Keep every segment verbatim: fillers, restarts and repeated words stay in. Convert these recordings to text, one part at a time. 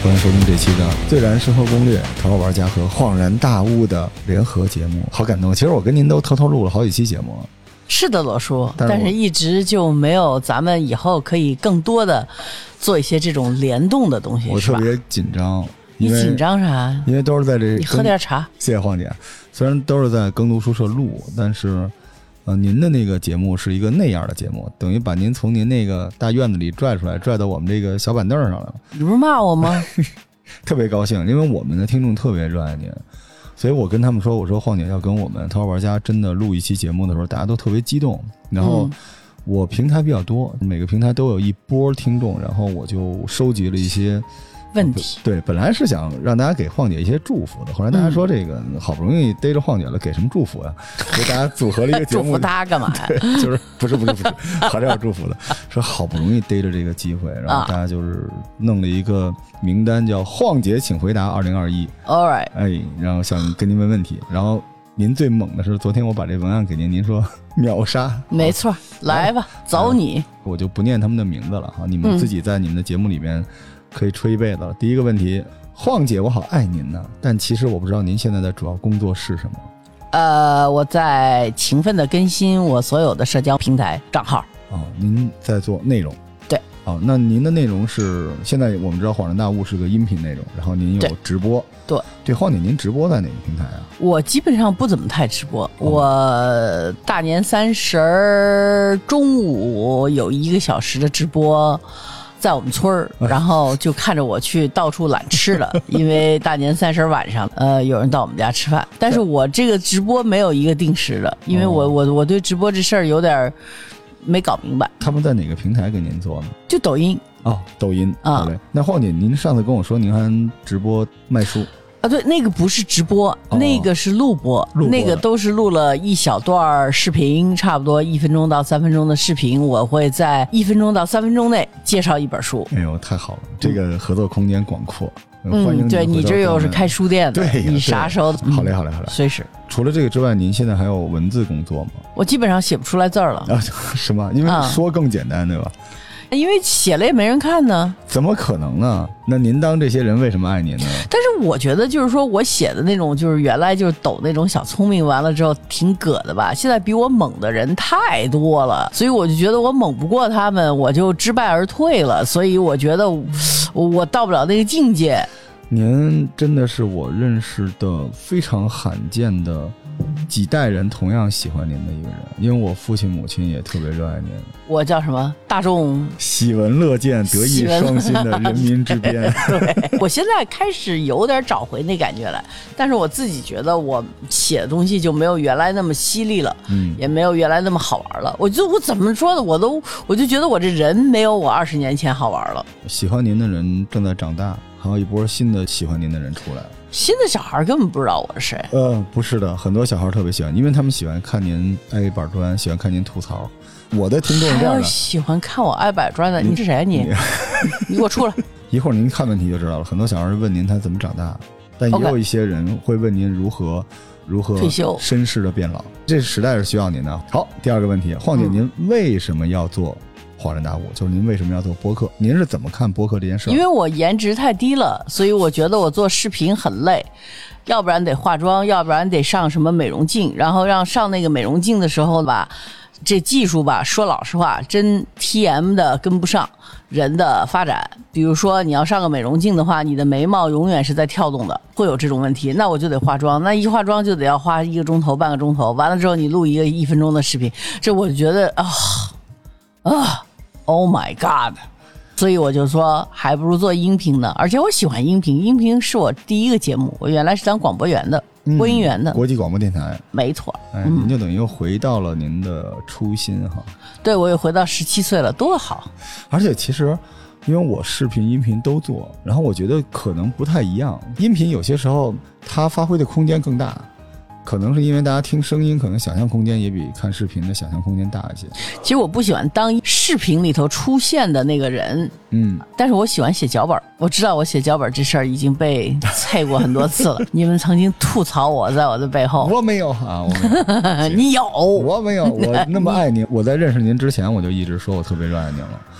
欢迎收听这期的最燃生活攻略，头号玩家和恍然大悟的联合节目，好感动。其实我跟您都偷偷录了好几期节目。 是的，罗叔， 但 是, 但是一直就没有咱们以后可以更多的做一些这种联动的东西。 我特别紧张。 你紧张啥？ 因为都是在这， 你喝点茶。 谢谢晃姐。虽然都是在耕读书社录，但是呃，您的那个节目是一个那样的节目，等于把您从您那个大院子里拽出来，拽到我们这个小板凳上来了。 你不是骂我吗？ 特别高兴，因为我们的听众特别热爱您，所以我跟他们说，我说晃姐要跟我们头号玩家真的录一期节目的时候，大家都特别激动。然后我平台比较多，每个平台都有一波听众，然后我就收集了一些问题。 对，本来是想让大家给晃姐一些祝福的，后来大家说这个、嗯、好不容易逮着晃姐了，给什么祝福呀？所以大家组合了一个节目。 祝福他干嘛呀？ 对，就是不是不是不是，还是要祝福的。说好不容易逮着这个机会，然后大家就是弄了一个名单，叫晃姐请回答二零二一。 All right， 哎，然后想跟您问问题，然后您最猛的是昨天我把这文案给您，您说秒杀。 没错，来吧，走你。 我就不念他们的名字了哈，你们自己在你们的节目里面可以吹一辈子了。嗯、第一个问题，晃姐我好爱您呢，但其实我不知道您现在的主要工作是什么。 呃，我在勤奋的更新我所有的社交平台账号。 哦，您在做内容。 对。 哦，那您的内容是现在我们知道恍然大悟是个音频内容，然后您有直播。 对。 对，晃姐您直播在哪个平台啊？ 我基本上不怎么太直播，哦、我大年三十中午有一个小时的直播。在我们村儿，然后就看着我去到处揽吃了，因为大年三十晚上，呃，有人到我们家吃饭，但是我这个直播没有一个定时的，因为我我我对直播这事儿有点没搞明白。 他们在哪个平台给您做呢？ 就抖音。 哦，抖音。 啊、 好嘞。那晃姐，您上次跟我说您还直播卖书。 啊，对，那个不是直播，哦、那个是录播， 录播那个都是录了一小段视频，差不多一分钟到三分钟的视频，我会在一分钟到三分钟内介绍一本书。 哎呦，太好了，这个合作空间广阔。 嗯， 欢迎你。 对，你这又是开书店的， 对， 你啥时候？ 好嘞，好嘞，好嘞， 随时。 除了这个之外，您现在还有文字工作吗？ 我基本上写不出来字儿了。 啊，是吗？因为说更简单，对吧？ 因为写了也没人看呢。 怎么可能呢？那您当这些人为什么爱您呢？ 但是我觉得就是说我写的那种就是原来就是抖那种小聪明，完了之后挺葛的吧，现在比我猛的人太多了，所以我就觉得我猛不过他们，我就知败而退了，所以我觉得 我, 我到不了那个境界。 您真的是我认识的非常罕见的几代人同样喜欢您的一个人，因为我父亲母亲也特别热爱您。 我叫什么？大众喜闻乐见、德艺双馨的人民之鞭。 对，我现在开始有点找回那感觉来，但是我自己觉得我写的东西就没有原来那么犀利了，嗯，也没有原来那么好玩了。我就我怎么说呢？我都我就觉得我这人没有我二十年前好玩了。 喜欢您的人正在长大，还有一波新的喜欢您的人出来了。 新的小孩根本不知道我是谁。 呃，不是的，很多小孩特别喜欢，因为他们喜欢看您挨板砖，喜欢看您吐槽。我的听众是这样的， 喜欢看我挨板砖的，你是谁？你你, 你给我出来！ 一会儿您看问题就知道了。很多小孩问您他怎么长大，但也有一些人会问您如何、okay. 如何退休绅士的变老。这时代是需要您的。好，第二个问题，晃姐，您为什么要做？恍然大悟，就是您为什么要做播客？您是怎么看播客这件事？ 因为我颜值太低了，所以我觉得我做视频很累，要不然得化妆，要不然得上什么美容镜，然后让上那个美容镜的时候吧，这技术吧，说老实话，真 T M 的跟不上人的发展。比如说你要上个美容镜的话，你的眉毛永远是在跳动的，会有这种问题，那我就得化妆，那一化妆就得要花一个钟头半个钟头，完了之后你录一个一分钟的视频，这我就觉得啊啊Oh my God！ 所以我就说，还不如做音频呢。而且我喜欢音频，音频是我第一个节目。我原来是当广播员的，嗯、播音员的， 国际广播电台。 没错。 哎，您就等于又回到了您的初心哈。 对，我又回到十七岁了，多好！ 而且其实，因为我视频、音频都做，然后我觉得可能不太一样。音频有些时候它发挥的空间更大。可能是因为大家听声音，可能想象空间也比看视频的想象空间大一些。 其实我不喜欢当视频里头出现的那个人，嗯，但是我喜欢写脚本。我知道我写脚本这事儿已经被菜过很多次了。你们曾经吐槽我在我的背后， 我没有啊，我没有你有， 我没有，我那么爱您。我在认识您之前，我就一直说我特别热爱您了。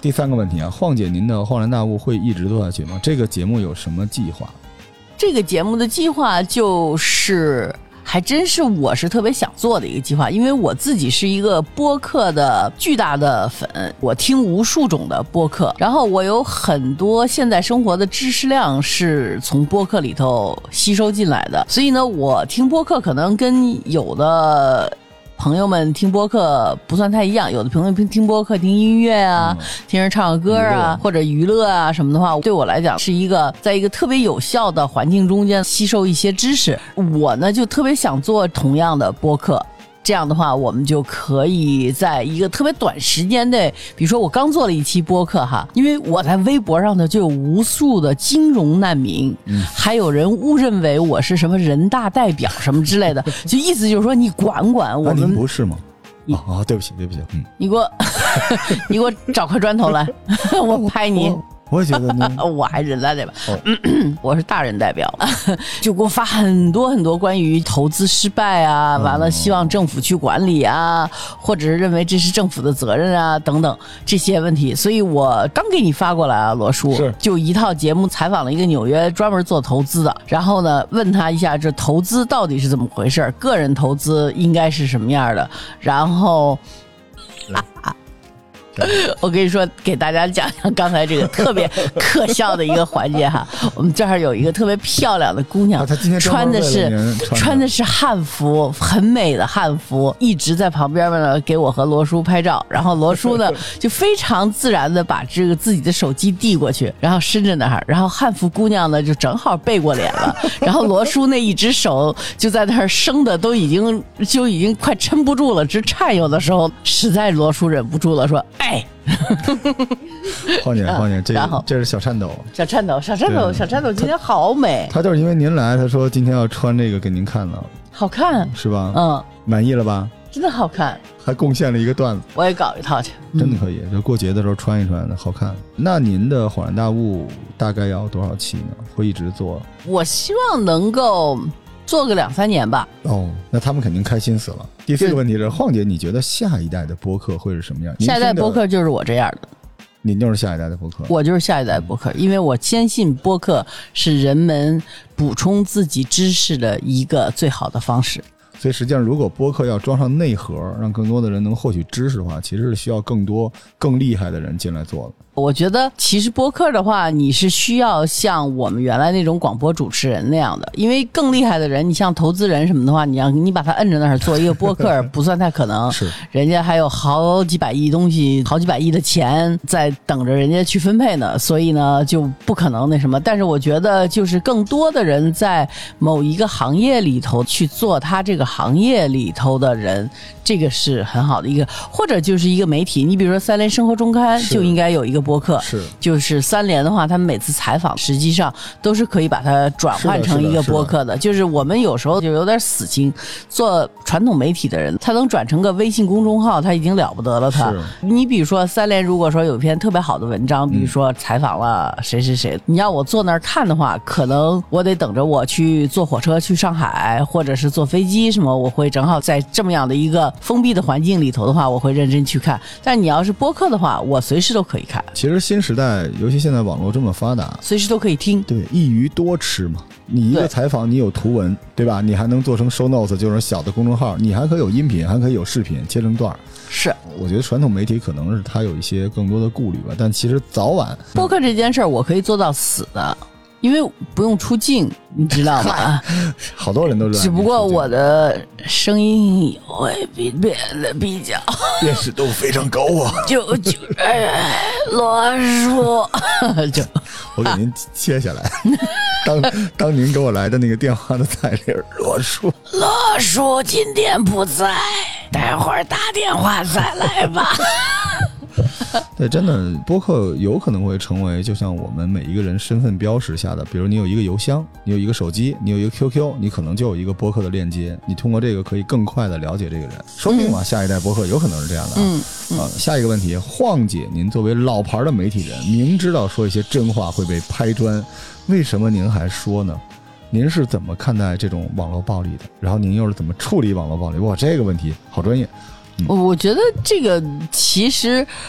第三个问题啊，晃姐，您的恍然大悟会一直做下去吗？这个节目有什么计划？ 这个节目的计划就是还真是我是特别想做的一个计划，因为我自己是一个播客的巨大的粉，我听无数种的播客，然后我有很多现在生活的知识量是从播客里头吸收进来的，所以呢，我听播客可能跟有的朋友们听播客不算太一样，有的朋友听播客听音乐啊、嗯、听人唱个歌啊或者娱乐啊什么的话，对我来讲是一个在一个特别有效的环境中间吸收一些知识。我呢就特别想做同样的播客，这样的话我们就可以在一个特别短时间内，比如说我刚做了一期播客哈，因为我在微博上呢就有无数的金融难民、嗯、还有人误认为我是什么人大代表什么之类的就意思就是说你管管我们、 啊、您不是吗？哦哦，对不起对不起，嗯， 你给我你给我找块砖头来我拍你。 我我也觉得呢， 我还人大代表、哦嗯，我是大人代表，就给我发很多很多关于投资失败啊，完了希望政府去管理啊，或者是认为这是政府的责任啊等等这些问题。所以我刚给你发过来啊，罗叔，就一套节目采访了一个纽约专门做投资的，然后呢问他一下这投资到底是怎么回事，个人投资应该是什么样的，然后啊。我跟你说，给大家讲讲刚才这个特别可笑的一个环节哈。我们这儿有一个特别漂亮的姑娘， 她今天穿的是穿的是汉服，很美的汉服，一直在旁边呢给我和罗叔拍照。然后罗叔呢就非常自然的把这个自己的手机递过去，然后伸着那儿，然后汉服姑娘呢就正好背过脸了，然后罗叔那一只手就在那儿生的都已经就已经快撑不住了，直颤悠的时候，实在罗叔忍不住了，说。哎， 晃姐，晃姐，这这是小颤抖， 小颤抖，小颤抖，小颤抖，今天好美。 他就是因为您来，他说今天要穿这个给您看了， 好看是吧？ 嗯， 满意了吧？ 真的好看， 还贡献了一个段子， 我也搞一套去， 真的可以，就过节的时候穿一穿的，好看。那您的恍然大悟大概要多少期呢？会一直做？ 我希望能够做个两三年吧。 哦，那他们肯定开心死了。第四个问题是，晃姐，你觉得下一代的播客会是什么样？ 下一代播客就是我这样的。 您就是下一代的播客？ 我就是下一代播客，因为我坚信播客是人们补充自己知识的一个最好的方式。 所以实际上如果播客要装上内核，让更多的人能获取知识的话，其实是需要更多更厉害的人进来做的。 我觉得其实播客的话，你是需要像我们原来那种广播主持人那样的，因为更厉害的人，你像投资人什么的话，你让你把他摁着那儿做一个播客不算太可能， 是人家还有好几百亿东西，好几百亿的钱在等着人家去分配呢，所以呢就不可能那什么。但是我觉得就是更多的人在某一个行业里头去做他这个行业里头的人，这个是很好的一个，或者就是一个媒体，你比如说三联生活周刊就应该有一个播客， 是就是三联的话，他们每次采访实际上都是可以把它转换成一个播客 的, 的, 的就是我们有时候就有点死心，做传统媒体的人他能转成个微信公众号他已经了不得了。他你比如说三联如果说有一篇特别好的文章，比如说采访了谁谁谁、嗯、你要我坐那儿看的话，可能我得等着我去坐火车去上海，或者是坐飞机什么，我会正好在这么样的一个封闭的环境里头的话，我会认真去看。但你要是播客的话，我随时都可以看。 其实新时代尤其现在网络这么发达， 随时都可以听， 对，一鱼多吃嘛。你一个采访你有图文 对, 对吧，你还能做成 show notes 就是小的公众号，你还可以有音频，还可以有视频切成段。 是我觉得传统媒体可能是它有一些更多的顾虑吧，但其实早晚播客这件事儿我可以做到死的，因为不用出镜，你知道吗？ 好多人都知道， 只不过我的声音会变得比较辨识度非常高啊。 就就哎，罗叔，就我给您切下来。当当您给我来的那个电话的彩铃，罗叔， 罗叔今天不在，待会儿打电话再来吧。 对，真的播客有可能会成为就像我们每一个人身份标识下的，比如你有一个邮箱，你有一个手机，你有一个 Q Q， 你可能就有一个播客的链接，你通过这个可以更快的了解这个人，说不定嘛、嗯、下一代播客有可能是这样的啊。 嗯嗯啊，下一个问题，晃姐，您作为老牌的媒体人，明知道说一些真话会被拍砖，为什么您还说呢？您是怎么看待这种网络暴力的？然后您又是怎么处理网络暴力？哇，这个问题好专业。 嗯、我觉得这个其实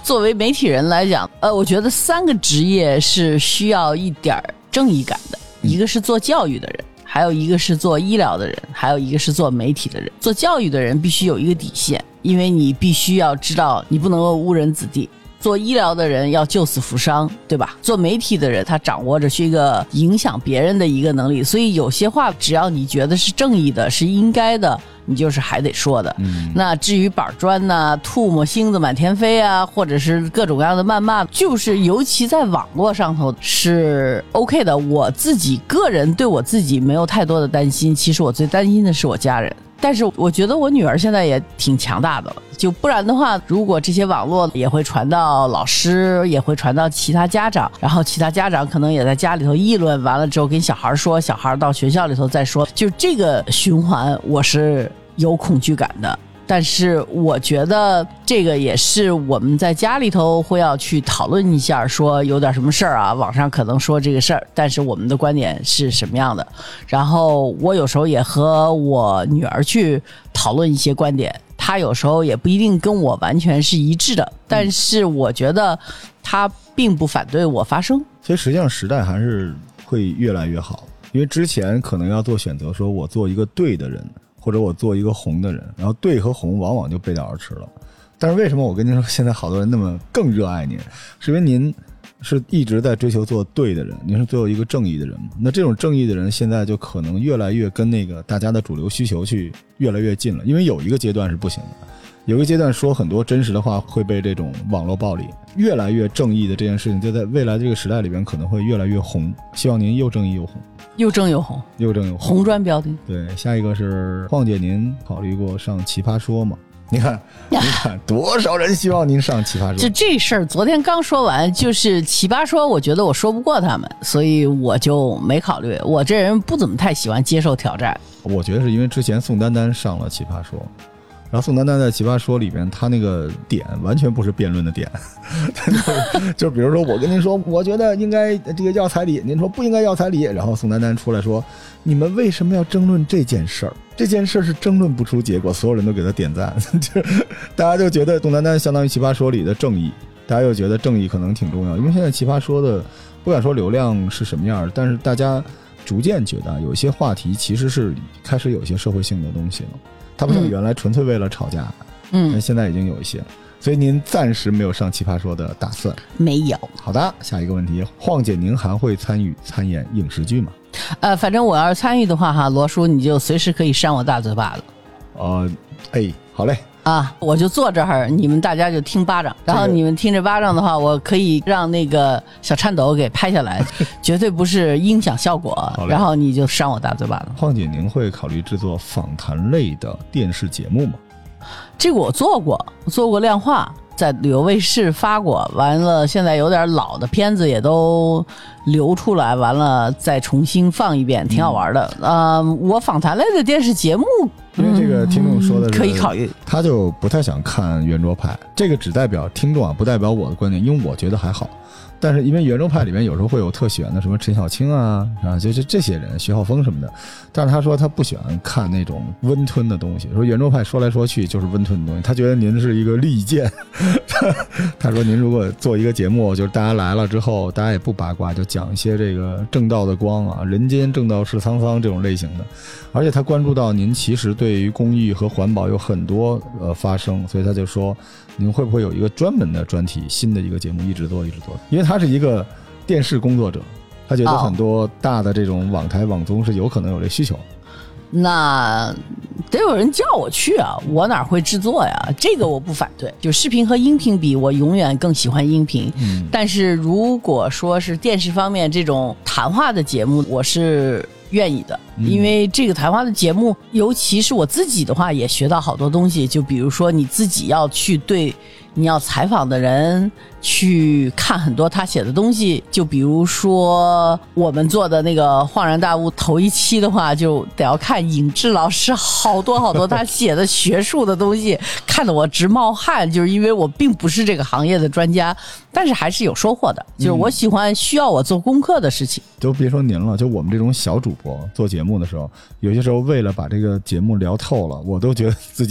作为媒体人来讲，呃，我觉得三个职业是需要一点正义感的，一个是做教育的人，还有一个是做医疗的人，还有一个是做媒体的人。做教育的人必须有一个底线，因为你必须要知道你不能够误人子弟。做医疗的人要救死扶伤，对吧？做媒体的人他掌握着是一个影响别人的一个能力，所以有些话只要你觉得是正义的，是应该的，你就是还得说的。嗯、那至于板砖呐、啊、唾沫星子满天飞啊，或者是各种各样的谩骂，就是尤其在网络上头是 OK 的。我自己个人对我自己没有太多的担心，其实我最担心的是我家人。但是我觉得我女儿现在也挺强大的了，就不然的话，如果这些网络也会传到老师，也会传到其他家长，然后其他家长可能也在家里头议论，完了之后跟小孩说，小孩到学校里头再说，就这个循环我是有恐惧感的。但是我觉得这个也是我们在家里头会要去讨论一下，说有点什么事儿啊，网上可能说这个事儿，但是我们的观点是什么样的。然后我有时候也和我女儿去讨论一些观点，她有时候也不一定跟我完全是一致的，但是我觉得她并不反对我发声。 所以实际上时代还是会越来越好，因为之前可能要做选择，说我做一个对的人，或者我做一个红的人，然后对和红往往就背道而驰了。但是为什么我跟您说现在好多人那么更热爱您，是因为您是一直在追求做对的人，您是做一个正义的人。那这种正义的人现在就可能越来越跟那个大家的主流需求去越来越近了。因为有一个阶段是不行的，有一个阶段说很多真实的话会被这种网络暴力，越来越正义的这件事情就在未来这个时代里边可能会越来越红。希望您又正义又红， 又正又红， 又正又红， 红砖标的。 对，下一个是晃姐，您考虑过上奇葩说吗？你看，你看多少人希望您上奇葩说。 就这事儿，昨天刚说完，就是奇葩说，我觉得我说不过他们，所以我就没考虑。我这人不怎么太喜欢接受挑战。 我觉得是因为之前宋丹丹上了奇葩说。然后宋丹丹在奇葩说里边，他那个点完全不是辩论的点，就, 就比如说我跟您说，我觉得应该这个要彩礼，您说不应该要彩礼，然后宋丹丹出来说，你们为什么要争论这件事儿？这件事儿是争论不出结果，所有人都给他点赞，就大家就觉得宋丹丹相当于奇葩说里的正义，大家又觉得正义可能挺重要，因为现在奇葩说的不敢说流量是什么样，但是大家逐渐觉得有一些话题其实是开始有一些社会性的东西了。他不像原来纯粹为了吵架，嗯，但现在已经有一些，所以您暂时没有上奇葩说的打算？ 没有。 好的，下一个问题，晃姐，您还会参与参演影视剧吗？ 呃，反正我要是参与的话，哈，罗叔你就随时可以扇我大嘴巴子。 呃，哎，好嘞。 啊，我就坐这儿，你们大家就听巴掌，然后你们听着巴掌的话，我可以让那个小颤抖给拍下来，绝对不是音响效果，然后你就扇我大嘴巴子。 晃姐，您会考虑制作访谈类的电视节目吗？ 这个我做过，做过量化，在旅游卫视发过，完了现在有点老的片子也都流出来，完了再重新放一遍，挺好玩的。嗯、呃，我访谈类的电视节目， 因为这个听众说的是、 嗯、可以考虑， 他就不太想看圆桌派，这个只代表听众啊，不代表我的观点，因为我觉得还好。但是因为圆桌派里面有时候会有特喜欢的什么陈小青啊，啊，就是这些人，徐浩峰什么的。但是他说他不喜欢看那种温吞的东西，说圆桌派说来说去就是温吞的东西。他觉得您是一个利剑，他说您如果做一个节目，就是大家来了之后，大家也不八卦，就讲一些这个正道的光啊，人间正道是沧桑这种类型的。而且他关注到您其实对于公益和环保有很多呃发声，所以他就说您会不会有一个专门的专题，新的一个节目一直做一直做，因为他是一个电视工作者，他觉得很多大的这种网台网综是有可能有这需求。哦， 那得有人叫我去啊，我哪会制作呀？这个我不反对，就视频和音频比，我永远更喜欢音频。嗯，但是如果说是电视方面这种谈话的节目，我是愿意的，因为这个谈话的节目，尤其是我自己的话，也学到好多东西。就比如说你自己要去对你要采访的人去看很多他写的东西，就比如说我们做的那个恍然大悟头一期的话，就得要看尹志老师好多好多他写的学术的东西，看得我直冒汗，就是因为我并不是这个行业的专家，但是还是有收获的，就是我喜欢需要我做功课的事情。 嗯，就别说您了，就我们这种小主播做节目的时候，有些时候为了把这个节目聊透了，我都觉得自己得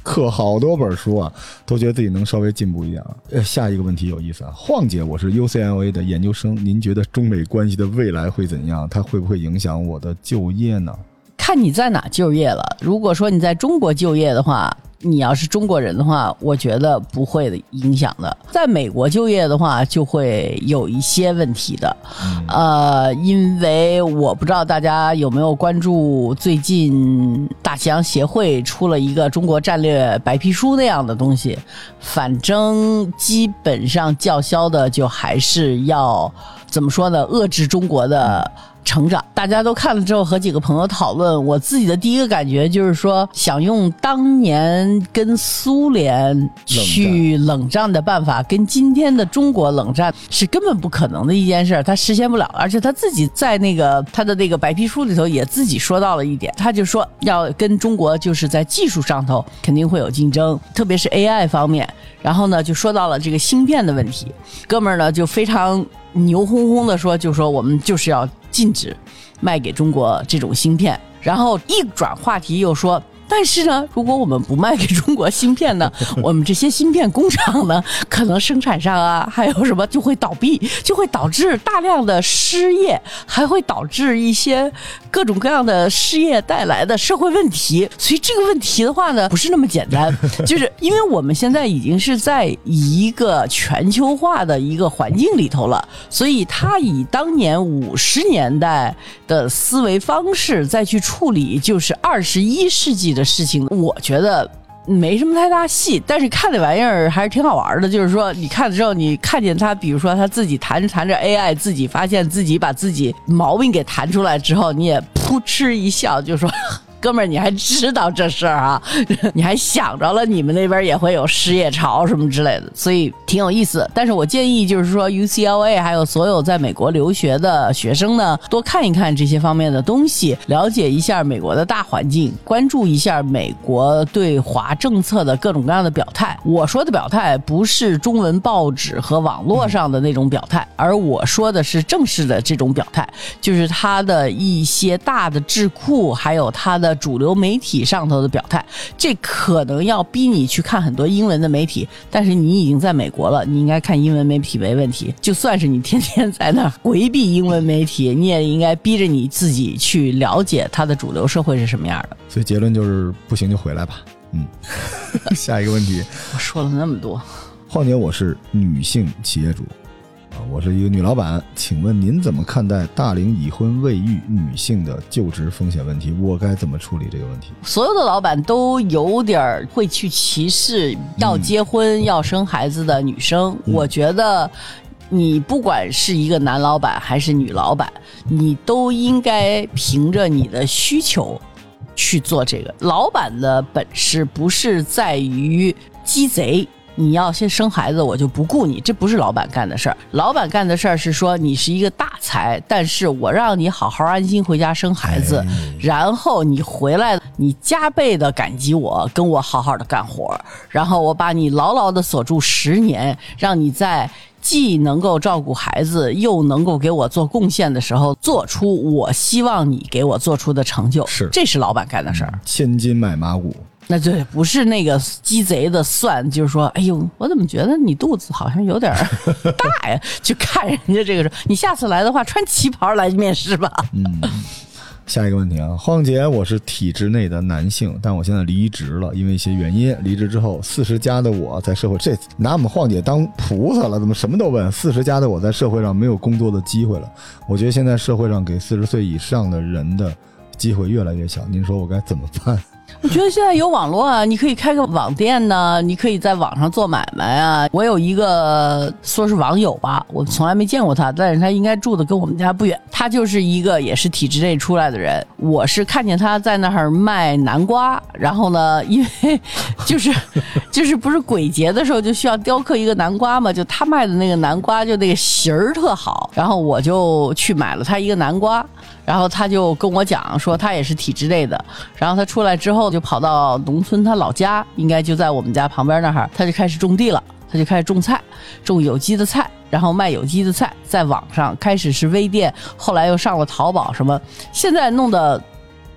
刻好多本书啊，都觉得自己能稍微进步一点啊。呃，下一个问题有意思啊，晃姐，我是 U C L A 的研究生，您觉得中美关系的未来会怎样？它会不会影响我的就业呢？ 看你在哪就业了。如果说你在中国就业的话，你要是中国人的话，我觉得不会影响的。在美国就业的话，就会有一些问题的。嗯、呃，因为我不知道大家有没有关注，最近大西洋协会出了一个中国战略白皮书那样的东西，反正基本上叫嚣的就还是要怎么说呢，遏制中国的成长。大家都看了之后，和几个朋友讨论，我自己的第一个感觉就是说，想用当年跟苏联去冷战的办法跟今天的中国冷战是根本不可能的一件事，他实现不了。而且他自己在那个他的那个白皮书里头也自己说到了一点，他就说要跟中国就是在技术上头肯定会有竞争，特别是 A I 方面。然后呢就说到了这个芯片的问题，哥们儿呢就非常牛哄哄的说，就说我们就是要禁止卖给中国这种芯片。然后一转话题又说，但是呢，如果我们不卖给中国芯片呢，我们这些芯片工厂呢，可能生产上啊，还有什么就会倒闭，就会导致大量的失业，还会导致一些各种各样的失业带来的社会问题。所以这个问题的话呢，不是那么简单，就是因为我们现在已经是在一个全球化的一个环境里头了，所以他以当年五十年代的思维方式再去处理，就是二十一世纪的事情，我觉得没什么太大戏，但是看这玩意儿还是挺好玩的。就是说你看了之后，你看见他比如说他自己弹着弹着 A I， 自己发现自己把自己毛病给弹出来之后，你也扑哧一笑，就说哥们儿，你还知道这事儿啊？你还想着了你们那边也会有失业潮什么之类的，所以挺有意思。但是我建议就是说 U C L A 还有所有在美国留学的学生呢，多看一看这些方面的东西，了解一下美国的大环境，关注一下美国对华政策的各种各样的表态。我说的表态不是中文报纸和网络上的那种表态，而我说的是正式的这种表态，就是他的一些大的智库还有他的主流媒体上头的表态。这可能要逼你去看很多英文的媒体，但是你已经在美国了，你应该看英文媒体没问题。就算是你天天在那儿回避英文媒体，你也应该逼着你自己去了解它的主流社会是什么样的。 所以结论就是不行就回来吧。嗯，下一个问题， 我说了那么多。 晃姐，我是女性企业主啊，我是一个女老板，请问您怎么看待大龄已婚未育女性的就职风险问题？我该怎么处理这个问题？ 所有的老板都有点会去歧视要结婚、嗯、要生孩子的女生、嗯、我觉得你不管是一个男老板还是女老板，你都应该凭着你的需求去做这个。老板的本事不是在于鸡贼，你要先生孩子我就不顾你，这不是老板干的事儿。老板干的事儿是说你是一个大才，但是我让你好好安心回家生孩子、哎、然后你回来你加倍的感激我，跟我好好的干活，然后我把你牢牢的锁住十年，让你在既能够照顾孩子又能够给我做贡献的时候做出我希望你给我做出的成就，是这是老板干的事儿、嗯、 千金买马骨。 那对，不是那个鸡贼的算，就是说哎呦我怎么觉得你肚子好像有点大呀就看人家这个时候，你下次来的话穿旗袍来面试吧。 嗯，下一个问题啊，晃姐，我是体制内的男性，但我现在离职了，因为一些原因离职之后，四十加的我在社会，这拿我们晃姐当菩萨了，怎么什么都问？四十加的我在社会上没有工作的机会了，我觉得现在社会上给四十岁以上的人的机会越来越小，您说我该怎么办？ 我觉得现在有网络啊，你可以开个网店呢，你可以在网上做买卖啊。我有一个说是网友吧，我从来没见过他，但是他应该住的跟我们家不远。他就是一个也是体制内出来的人，我是看见他在那儿卖南瓜，然后呢，因为就是就是不是鬼节的时候就需要雕刻一个南瓜嘛，就他卖的那个南瓜就那个形儿特好，然后我就去买了他一个南瓜，然后他就跟我讲说他也是体制内的，然后他出来之后就跑到农村，他老家应该就在我们家旁边那儿，他就开始种地了，他就开始种菜，种有机的菜，然后卖有机的菜，在网上开始是微店，后来又上了淘宝什么，现在弄得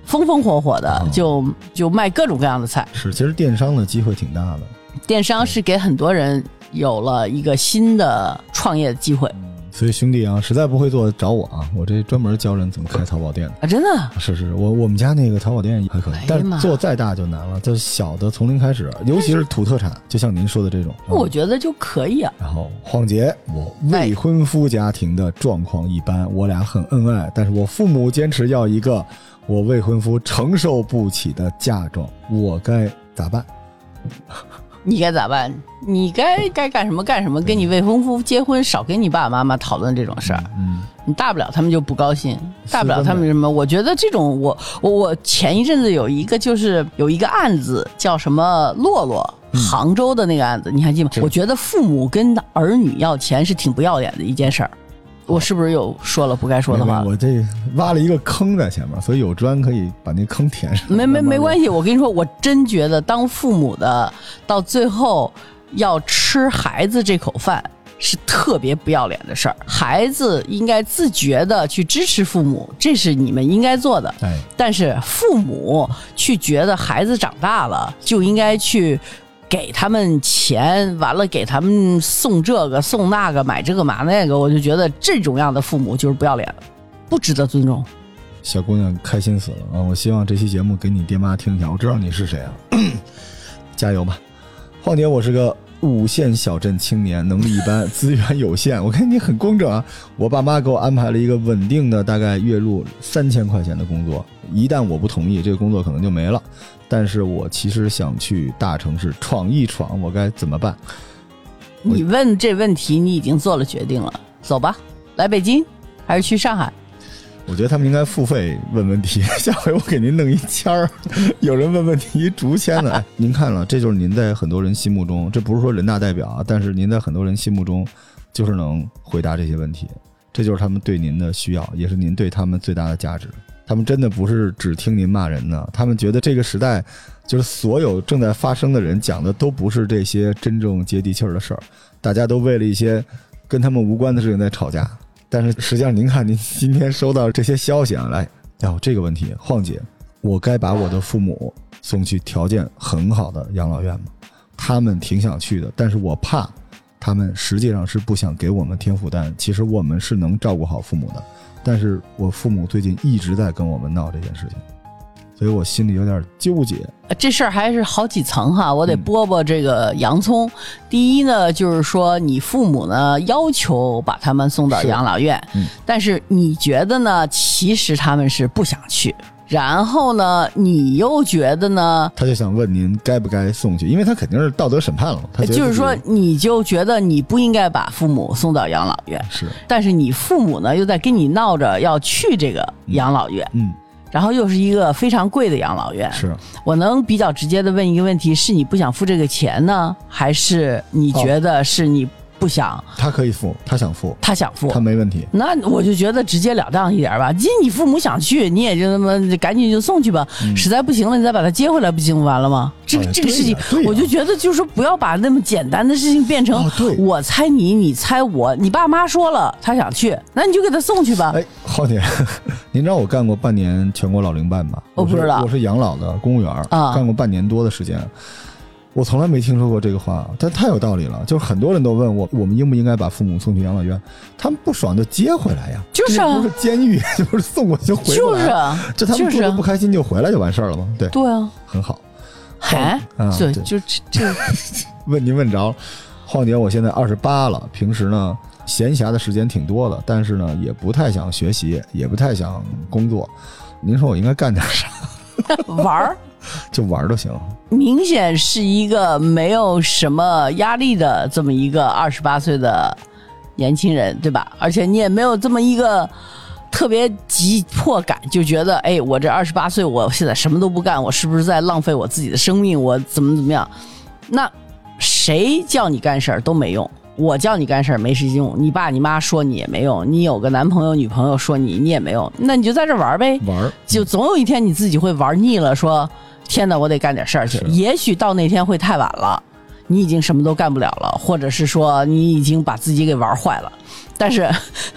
风风火火的，哦、就就卖各种各样的菜。 是，其实电商的机会挺大的。 电商是给很多人有了一个新的创业的机会。 所以兄弟啊，实在不会做找我啊，我这专门教人怎么开淘宝店啊！真的？ 是是，我我们家那个淘宝店还可以，哎、但是做再大就难了，就是小的从零开始，尤其是土特产，就像您说的这种， 我觉得就可以啊。 然后晃姐，我未婚夫家庭的状况一般，我俩很恩爱，但是我父母坚持要一个我未婚夫承受不起的嫁妆，我该咋办？ 你该咋办？你该该干什么干什么，跟你未婚夫结婚，少跟你爸爸妈妈讨论这种事儿。嗯，你大不了他们就不高兴，大不了他们什么？我觉得这种，我我我前一阵子有一个就是有一个案子叫什么洛洛，嗯、杭州的那个案子，你还记吗？我觉得父母跟儿女要钱是挺不要脸的一件事儿。我是不是有说了不该说的话？ 我这挖了一个坑在前面，所以有砖可以把那坑填上。 没没没关系，我跟你说，我真觉得当父母的到最后要吃孩子这口饭是特别不要脸的事儿。孩子应该自觉的去支持父母，这是你们应该做的。 哎， 但是父母去觉得孩子长大了就应该去给他们钱，完了给他们送这个送那个，买这个买那个，我就觉得这种样的父母就是不要脸的，不值得尊重。 小姑娘开心死了啊！我希望这期节目给你爹妈听一下，我知道你是谁啊，加油吧！晃姐，我是个五线小镇青年，能力一般，资源有限。我看你很公正啊，我爸妈给我安排了一个稳定的大概月入三千块钱的工作，一旦我不同意，这个工作可能就没了。但是我其实想去大城市闯一闯，我该怎么办？ 你问这问题，你已经做了决定了，走吧，来北京还是去上海？ 我觉得他们应该付费问问题，下回我给您弄一签儿，有人问问题竹签的。哎，您看了，这就是您在很多人心目中，这不是说人大代表啊，但是您在很多人心目中就是能回答这些问题，这就是他们对您的需要，也是您对他们最大的价值。他们真的不是只听您骂人呢，他们觉得这个时代就是所有正在发生的人讲的都不是这些真正接地气儿的事儿，大家都为了一些跟他们无关的事情在吵架。但是实际上您看您今天收到这些消息啊，来哦，这个问题，晃姐，我该把我的父母送去条件很好的养老院吗？他们挺想去的，但是我怕他们实际上是不想给我们添负担，其实我们是能照顾好父母的，但是我父母最近一直在跟我们闹这件事情，所以我心里有点纠结。 这事儿还是好几层哈，我得剥剥这个洋葱。嗯、第一呢，就是说你父母呢要求把他们送到养老院，嗯、但是你觉得呢，其实他们是不想去。然后呢，你又觉得呢？ 他就想问您该不该送去，因为他肯定是道德审判了。他就是说，你就觉得你不应该把父母送到养老院， 是。 但是你父母呢，又在跟你闹着要去这个养老院，嗯，然后又是一个非常贵的养老院。 是。 我能比较直接的问一个问题：是你不想付这个钱呢，还是你觉得是你？不想， 他可以付，他想付， 他想付， 他没问题。 那我就觉得直截了当一点吧。既然你父母想去，你也就那么赶紧就送去吧。嗯、实在不行了，你再把他接回来，不行完了吗？这个、哎、这个事情，我就觉得就是说，不要把那么简单的事情变成、哦、我猜你，你猜我。你爸妈说了他想去，那你就给他送去吧。 哎，浩姐，您知道我干过半年全国老龄办吧？ 我不知道， 我是养老的公务员啊，干过半年多的时间。我从来没听说过这个话，但太有道理了。就是很多人都问我，我们应不应该把父母送去养老院？他们不爽就接回来呀， 就是啊， 不是监狱，就是送过去就回来， 就是啊， 就他们住得不开心就回来就完事儿了吗？对， 对啊， 很好。 哎，啊，对，就这问您问着，晃姐，我现在二十八了，平时呢闲暇的时间挺多的，但是呢也不太想学习，也不太想工作。您说我应该干点啥？ 玩儿。 就玩就行， 明显是一个没有什么压力的这么一个二十八岁的年轻人，对吧？而且你也没有这么一个特别急迫感，就觉得哎，我这二十八岁，我现在什么都不干，我是不是在浪费我自己的生命？我怎么怎么样？那谁叫你干事儿都没用，我叫你干事儿没时间用，你爸你妈说你也没用，你有个男朋友女朋友说你你也没用，那你就在这玩呗， 玩就总有一天你自己会玩腻了，说天哪，我得干点事儿去。也许到那天会太晚了，你已经什么都干不了了，或者是说你已经把自己给玩坏了。但是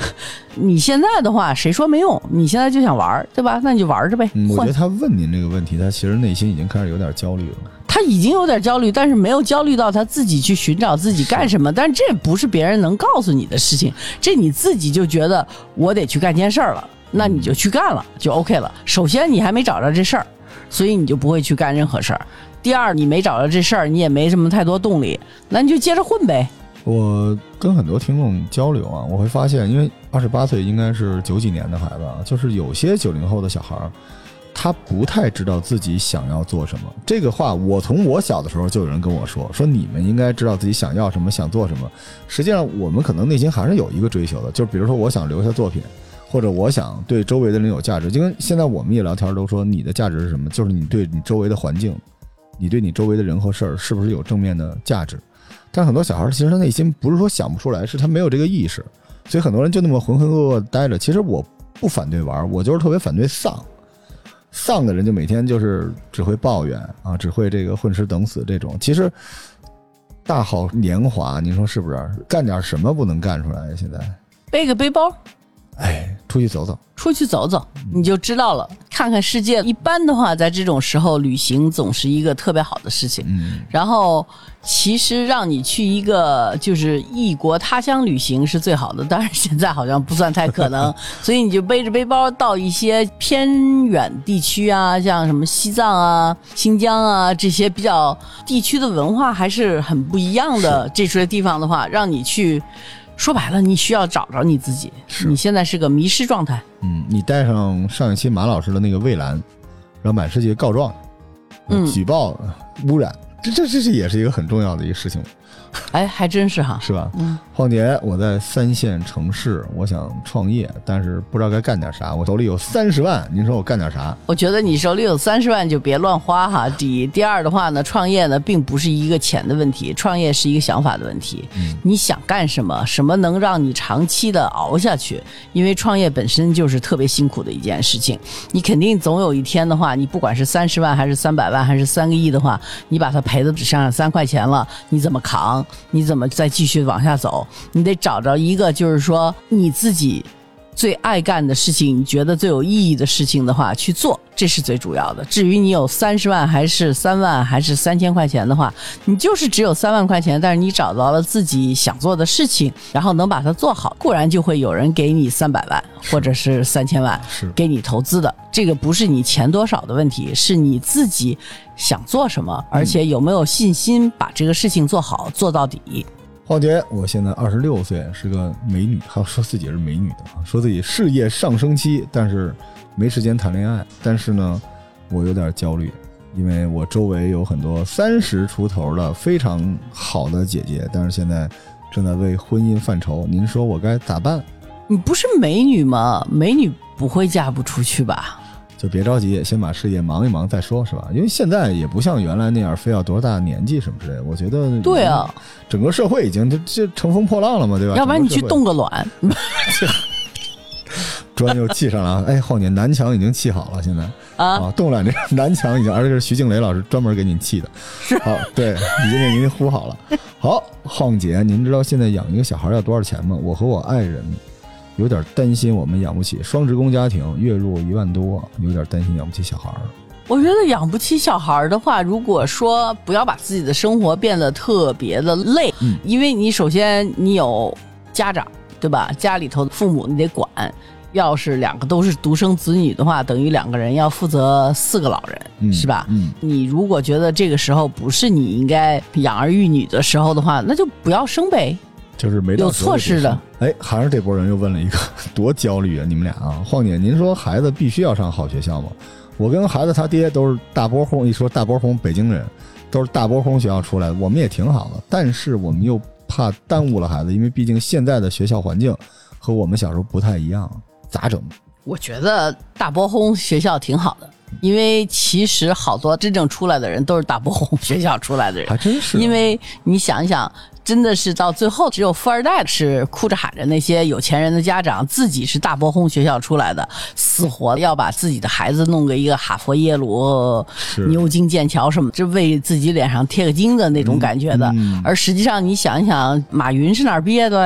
你现在的话谁说没用，你现在就想玩对吧，那你就玩着呗、 嗯、我觉得他问您这个问题，他其实内心已经开始有点焦虑了。 他已经有点焦虑，但是没有焦虑到他自己去寻找自己干什么，但是这不是别人能告诉你的事情，这你自己就觉得我得去干件事儿了，那你就去干了，就 OK 了。首先你还没找着这事儿，所以你就不会去干任何事儿。第二，你没找着这事儿，你也没什么太多动力，那你就接着混呗。 我跟很多听众交流啊，我会发现，因为二十八岁应该是九几年的孩子，就是有些九零后的小孩他不太知道自己想要做什么。这个话我从我小的时候就有人跟我说，说你们应该知道自己想要什么，想做什么。实际上我们可能内心还是有一个追求的，就比如说我想留下作品，或者我想对周围的人有价值。就跟现在我们也聊天都说，你的价值是什么，就是你对你周围的环境，你对你周围的人和事儿是不是有正面的价值。但很多小孩其实他内心不是说想不出来，是他没有这个意识，所以很多人就那么浑浑噩噩待着。其实我不反对玩，我就是特别反对丧。丧的人就每天就是只会抱怨啊，只会这个混吃等死这种。其实大好年华，您说是不是？干点什么不能干出来？现在背个背包， 哎，出去走走， 出去走走，你就知道了，看看世界。一般的话，在这种时候旅行总是一个特别好的事情。嗯，然后其实让你去一个就是异国他乡旅行是最好的，当然现在好像不算太可能，所以你就背着背包到一些偏远地区啊，像什么西藏啊、新疆啊这些比较地区的文化还是很不一样的。这些地方的话，让你去。说白了，你需要找着你自己。你现在是个迷失状态。嗯， 你带上上一期马老师的那个蔚蓝，然后满世界告状，嗯，举报污染，这这这这也是一个很重要的一个事情。 哎，还真是哈， 是吧？嗯，晃姐，我在三线城市，我想创业，但是不知道该干点啥。我手里有三十万，您说我干点啥？ 我觉得你手里有三十万就别乱花哈。第一，第二的话呢，创业呢并不是一个钱的问题，创业是一个想法的问题。嗯，你想干什么？什么能让你长期的熬下去？因为创业本身就是特别辛苦的一件事情，你肯定总有一天的话，你不管是三十万还是三百万还是三个亿的话，你把它赔的只剩下三块钱了，你怎么扛？你怎么再继续往下走？你得找着一个就是说你自己最爱干的事情，你觉得最有意义的事情的话去做，这是最主要的。至于你有三十万还是三万还是三千块钱的话，你就是只有三万块钱，但是你找到了自己想做的事情，然后能把它做好，固然就会有人给你三百万或者是三千万给你投资的。这个不是你钱多少的问题，是你自己想做什么，而且有没有信心把这个事情做好做到底。 晃姐，我现在二十六岁，是个美女，还说自己是美女的，说自己事业上升期，但是没时间谈恋爱。但是呢，我有点焦虑，因为我周围有很多三十出头的非常好的姐姐，但是现在正在为婚姻犯愁。您说我该咋办？ 你不是美女吗？美女不会嫁不出去吧？ 就别着急，先把事业忙一忙再说，是吧？因为现在也不像原来那样非要多大年纪什么之类的。我觉得对啊， 整个社会已经就就乘风破浪了嘛，对吧？ 要不然你去冻个卵， 砖又砌上了。哎，晃姐，南墙已经砌好了，现在啊，啊冻卵这南墙已经，而且是徐静蕾老师专门给您砌的。好，对，已经给您糊好了。好，晃姐，您知道现在养一个小孩要多少钱吗？我和我爱人有点担心我们养不起，双职工家庭，月入一万多，有点担心养不起小孩。 我觉得养不起小孩的话，如果说不要把自己的生活变得特别的累，嗯，因为你首先你有家长，对吧？家里头的父母你得管，要是两个都是独生子女的话，等于两个人要负责四个老人，嗯、是吧？嗯，你如果觉得这个时候不是你应该养儿育女的时候的话，那就不要生呗。 就是没到有错失的。 哎，还是这波人又问了一个，多焦虑啊！你们俩啊，晃姐，您说孩子必须要上好学校吗？我跟孩子他爹都是大波轰，一说大波轰，北京人都是大波轰学校出来的，我们也挺好的，但是我们又怕耽误了孩子，因为毕竟现在的学校环境和我们小时候不太一样，咋整？ 我觉得大波轰学校挺好的。因为其实好多真正出来的人都是大波轰学校出来的人， 还真是。 因为你想一想，真的是到最后只有富二代是哭着喊着那些有钱人的家长自己是大波轰学校出来的，死活要把自己的孩子弄个一个哈佛耶鲁牛津剑桥什么，这为自己脸上贴个金的那种感觉的、嗯嗯、而实际上你想一想，马云是哪儿毕业的来着？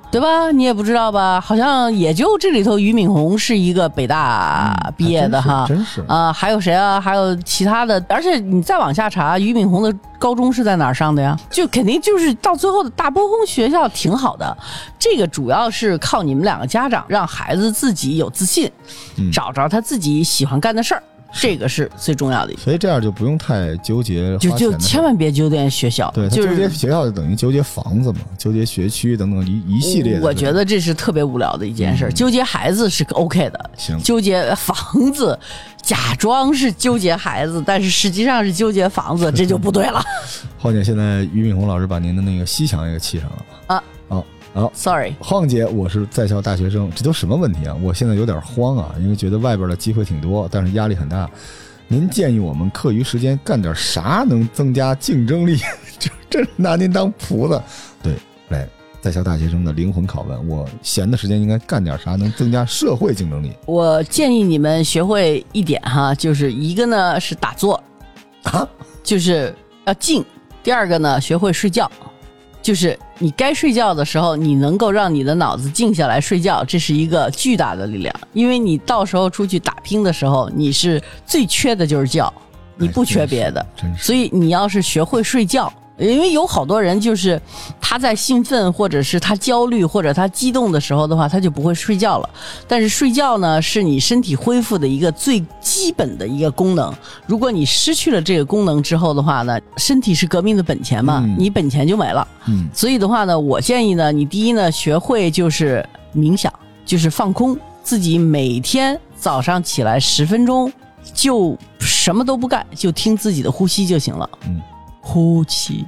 对吧？你也不知道吧？好像也就这里头俞敏洪是一个北大毕业的哈， 嗯、真是啊、呃，还有谁啊？还有其他的，而且你再往下查，俞敏洪的高中是在哪儿上的呀？就肯定就是到最后的大波峰学校挺好的。这个主要是靠你们两个家长让孩子自己有自信，嗯、找着他自己喜欢干的事儿。这个是最重要的， 所以这样就不用太纠结花钱的， 就就千万别纠结学校， 对， 就是纠结学校就等于纠结房子嘛，纠结学区等等一一系列的。 我觉得这是特别无聊的一件事，嗯、纠结孩子是 OK 的， 行， 纠结房子，假装是纠结孩子，但是实际上是纠结房子，这就不对了。 晃姐，现在俞敏洪老师把您的那个西墙也给砌上了啊。 哦好 ，sorry， 晃姐，我是在校大学生，这都什么问题啊？我现在有点慌啊，因为觉得外边的机会挺多，但是压力很大。您建议我们课余时间干点啥能增加竞争力？这这拿您当菩萨。对，来，在校大学生的灵魂拷问，我闲的时间应该干点啥能增加社会竞争力？ 我建议你们学会一点哈，就是一个呢是打坐啊，就是要静；第二个呢学会睡觉。就是你该睡觉的时候，你能够让你的脑子静下来睡觉，这是一个巨大的力量。因为你到时候出去打拼的时候，你是最缺的就是觉，你不缺别的。 真是。 所以你要是学会睡觉，因为有好多人就是他在兴奋或者是他焦虑或者他激动的时候的话，他就不会睡觉了。但是睡觉呢，是你身体恢复的一个最基本的一个功能。如果你失去了这个功能之后的话呢，身体是革命的本钱嘛，嗯、你本钱就没了。嗯，所以的话呢，我建议呢，你第一呢，学会就是冥想，就是放空自己，每天早上起来十分钟，就什么都不干，就听自己的呼吸就行了。嗯。呼气，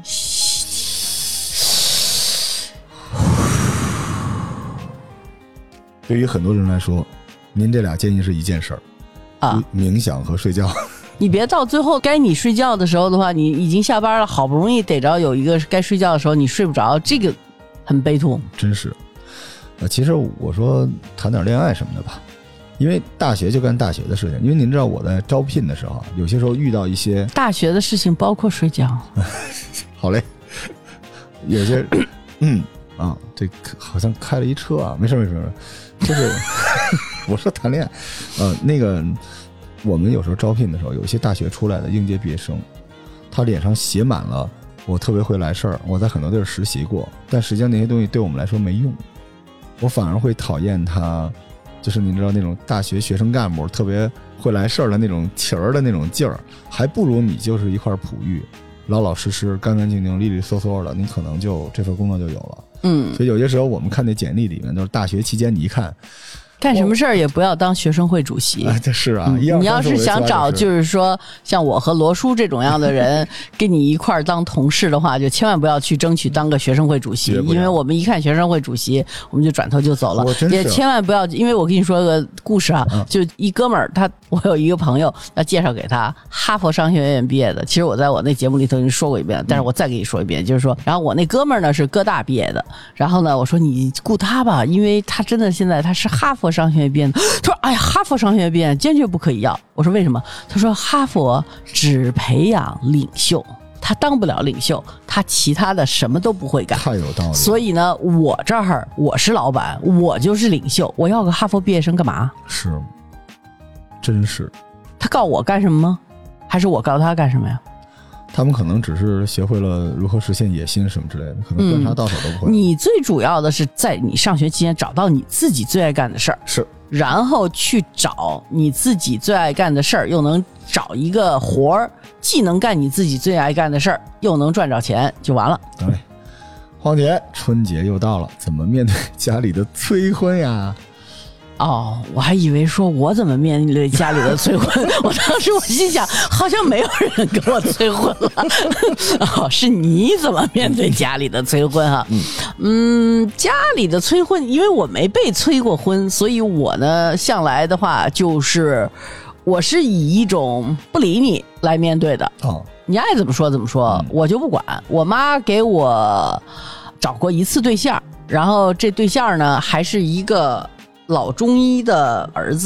对于很多人来说，您这俩建议是一件事儿啊， 冥想和睡觉。 你别到最后该你睡觉的时候的话，你已经下班了，好不容易逮着有一个该睡觉的时候，你睡不着，这个很悲痛。 真是，呃，其实我说谈点恋爱什么的吧。因为大学就干大学的事情，因为您知道我在招聘的时候，有些时候遇到一些大学的事情，包括睡觉。 好嘞，有些嗯啊，这好像开了一车啊，没事没事，就是我说谈恋爱，呃，那个我们有时候招聘的时候，有一些大学出来的应届毕业生，他脸上写满了我特别会来事儿，我在很多地儿实习过，但实际上那些东西对我们来说没用，我反而会讨厌他。就是你知道那种大学学生干部特别会来事儿的那种情儿的那种劲儿，还不如你就是一块璞玉，老老实实、干干净净、利利索索的，你可能就这份工作就有了。嗯，所以有些时候我们看那简历里面都是大学期间，你一看。 干什么事儿也不要当学生会主席。 哎，这是啊、嗯， 你要是想找就是说像我和罗叔这种样的人跟你一块儿当同事的话，就千万不要去争取当个学生会主席，因为我们一看学生会主席，我们就转头就走了。也千万不要，因为我跟你说个故事啊，嗯、就一哥们儿，他我有一个朋友要介绍给他，哈佛商学院毕业的。其实我在我那节目里头已经说过一遍，但是我再给你说一遍，就是说，然后我那哥们儿呢是哥大毕业的，然后呢我说你雇他吧，因为他真的现在他是哈佛商学院毕业的。他说哎呀，哈佛商学院毕业坚决不可以要。我说为什么？他说哈佛只培养领袖，他当不了领袖，他其他的什么都不会干。 太有道理。 所以呢，我这儿我是老板，我就是领袖，我要个哈佛毕业生干嘛？ 是，真是。 他告我干什么吗？还是我告他干什么呀？ 他们可能只是学会了如何实现野心什么之类的，可能观察到手都不会、 嗯。你最主要的是在你上学期间找到你自己最爱干的事儿， 是， 然后去找你自己最爱干的事儿，又能找一个活儿，既能干你自己最爱干的事儿，又能赚着钱，就完了。 对，黄姐，春节又到了，怎么面对家里的催婚呀？ 哦，我还以为说我怎么面对家里的催婚，我当时我心想，好像没有人跟我催婚了。哦，是你怎么面对家里的催婚哈？嗯, 嗯，家里的催婚，因为我没被催过婚，所以我呢向来的话就是我是以一种不理你来面对的。哦，你爱怎么说怎么说，嗯、我就不管。我妈给我找过一次对象，然后这对象呢还是一个老中医的儿子，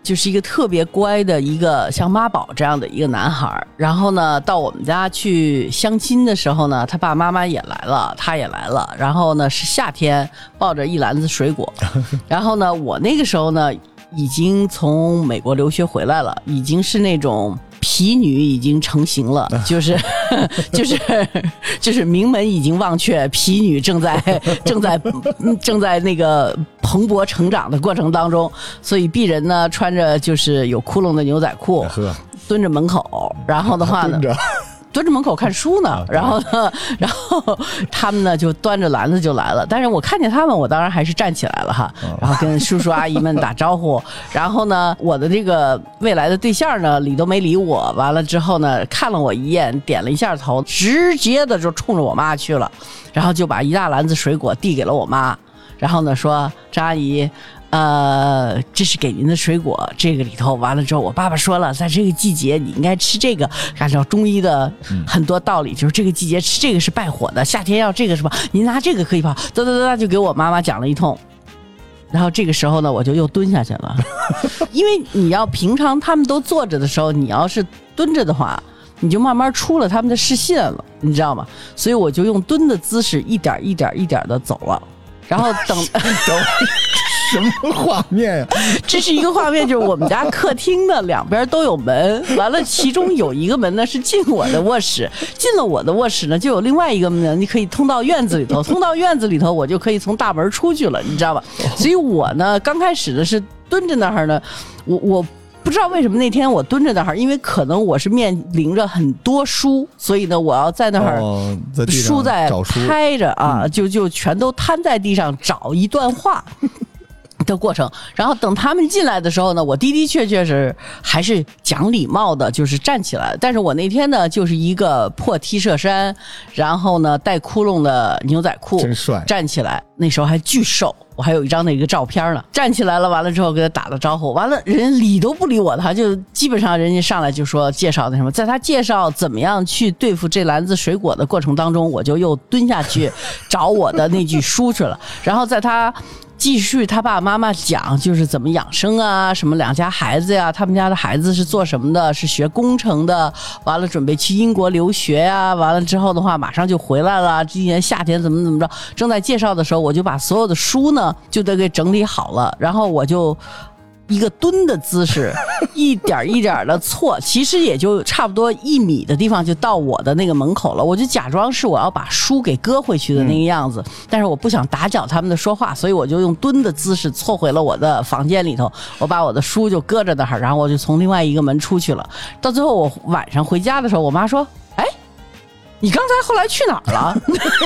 就是一个特别乖的一个像妈宝这样的一个男孩。然后呢，到我们家去相亲的时候呢，他爸爸妈妈也来了，他也来了。然后呢，是夏天，抱着一篮子水果。然后呢，我那个时候呢，已经从美国留学回来了，已经是那种皮女已经成型了，就是就是就是名门已经忘却，皮女正在正在正在那个蓬勃成长的过程当中，所以鄙人呢穿着就是有窟窿的牛仔裤，蹲着门口，然后的话呢。蹲着门口看书呢，然后呢，然后他们呢就端着篮子就来了。但是我看见他们，我当然还是站起来了哈，然后跟叔叔阿姨们打招呼。然后呢，我的这个未来的对象呢，理都没理我。完了之后呢，看了我一眼，点了一下头，直接的就冲着我妈去了，然后就把一大篮子水果递给了我妈，然后呢说：“张阿姨。”呃，这是给您的水果，这个里头完了之后，我爸爸说了，在这个季节你应该吃这个，按照中医的很多道理，就是这个季节吃这个是败火的，夏天要这个是吧？您拿这个可以泡，哒哒哒就给我妈妈讲了一通。然后这个时候呢，我就又蹲下去了，因为你要平常他们都坐着的时候，你要是蹲着的话，你就慢慢出了他们的视线了，你知道吗？所以我就用蹲的姿势一点一点一点的走了，然后等等。什么画面呀、啊？ 这是一个画面，就是我们家客厅的两边都有门，完了其中有一个门呢是进我的卧室，进了我的卧室呢就有另外一个门，你可以通到院子里头，通到院子里头我就可以从大门出去了，你知道吧？所以我呢刚开始的是蹲着那儿呢，我我。不知道为什么那天我蹲着那儿，因为可能我是面临着很多书，所以呢，我要在那儿书在拍着啊，就就全都摊在地上找一段话的过程。然后等他们进来的时候呢，我的的确确是还是讲礼貌的，就是站起来。但是我那天呢，就是一个破 T 恤衫，然后呢带窟窿的牛仔裤， 真帅， 站起来，那时候还巨瘦。我还有一张那个照片呢，站起来了，完了之后给他打了招呼，完了人理都不理我，他就基本上人家上来就说介绍那什么，在他介绍怎么样去对付这篮子水果的过程当中，我就又蹲下去找我的那句书去了，然后在他继续他爸爸妈妈讲就是怎么养生啊，什么两家孩子呀，他们家的孩子是做什么的，是学工程的，完了准备去英国留学呀，完了之后的话马上就回来了，今年夏天怎么怎么着，正在介绍的时候我就把所有的书呢就得给整理好了，然后我就一个蹲的姿势一点一点的错，其实也就差不多一米的地方就到我的那个门口了，我就假装是我要把书给搁回去的那个样子、嗯、但是我不想打搅他们的说话，所以我就用蹲的姿势错回了我的房间里头，我把我的书就搁着那儿，然后我就从另外一个门出去了。到最后我晚上回家的时候，我妈说：“哎，你刚才后来去哪儿了？”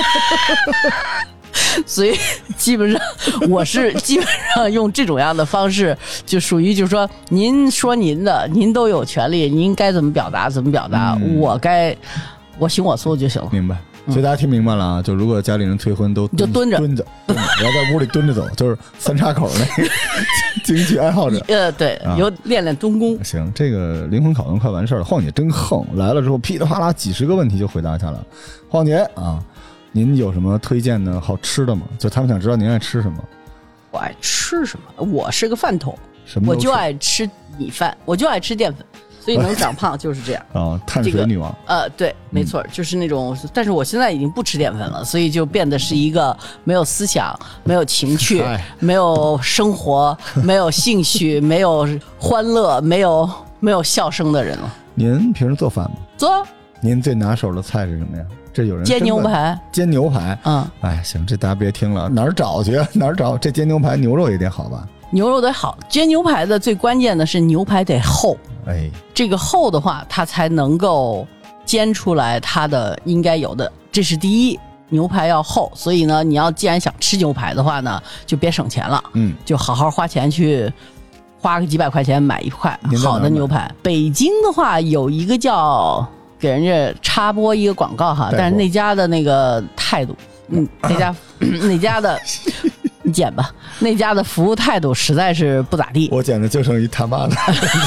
所以基本上我是基本上用这种样的方式，就属于就是说您说您的，您都有权利，您该怎么表达怎么表达、嗯、我该我行我素就行了。 明白。所以大家听明白了啊，就如果家里人催婚都就蹲着蹲着蹲着，然后在屋里蹲着走，就是三岔口那个京剧爱好者。 呃，对，啊、有练练蹲功。 行，这个灵魂拷问快完事了。晃姐真横，来了之后噼里啪啦几十个问题就回答下来。晃姐啊，您有什么推荐的好吃的吗？就他们想知道您爱吃什么。 我爱吃什么？我是个饭桶， 什么我就爱吃米饭，我就爱吃淀粉。所以能长胖就是这样啊，碳水女王、 这个、呃，对，没错、嗯，就是那种。但是我现在已经不吃淀粉了，所以就变得是一个没有思想、没有情趣、没有生活、没有兴趣、没有欢乐、没有没有笑声的人了。 您平时做饭吗？ 做。 您最拿手的菜是什么呀？这有人煎牛排， 煎牛排， 嗯， 哎，行，这大家别听了，哪儿找去？哪儿找？这煎牛排牛肉也得好吧？ 牛肉得好，煎牛排的最关键的是牛排得厚， 哎， 这个厚的话，它才能够煎出来它的应该有的，这是第一，牛排要厚，所以呢，你要既然想吃牛排的话呢，就别省钱了， 嗯， 就好好花钱去花个几百块钱买一块好的牛排。北京的话有一个叫给人家插播一个广告哈，但是那家的那个态度，嗯，那家那家的。 你捡吧，那家的服务态度实在是不咋地。 我捡的就剩一他妈的，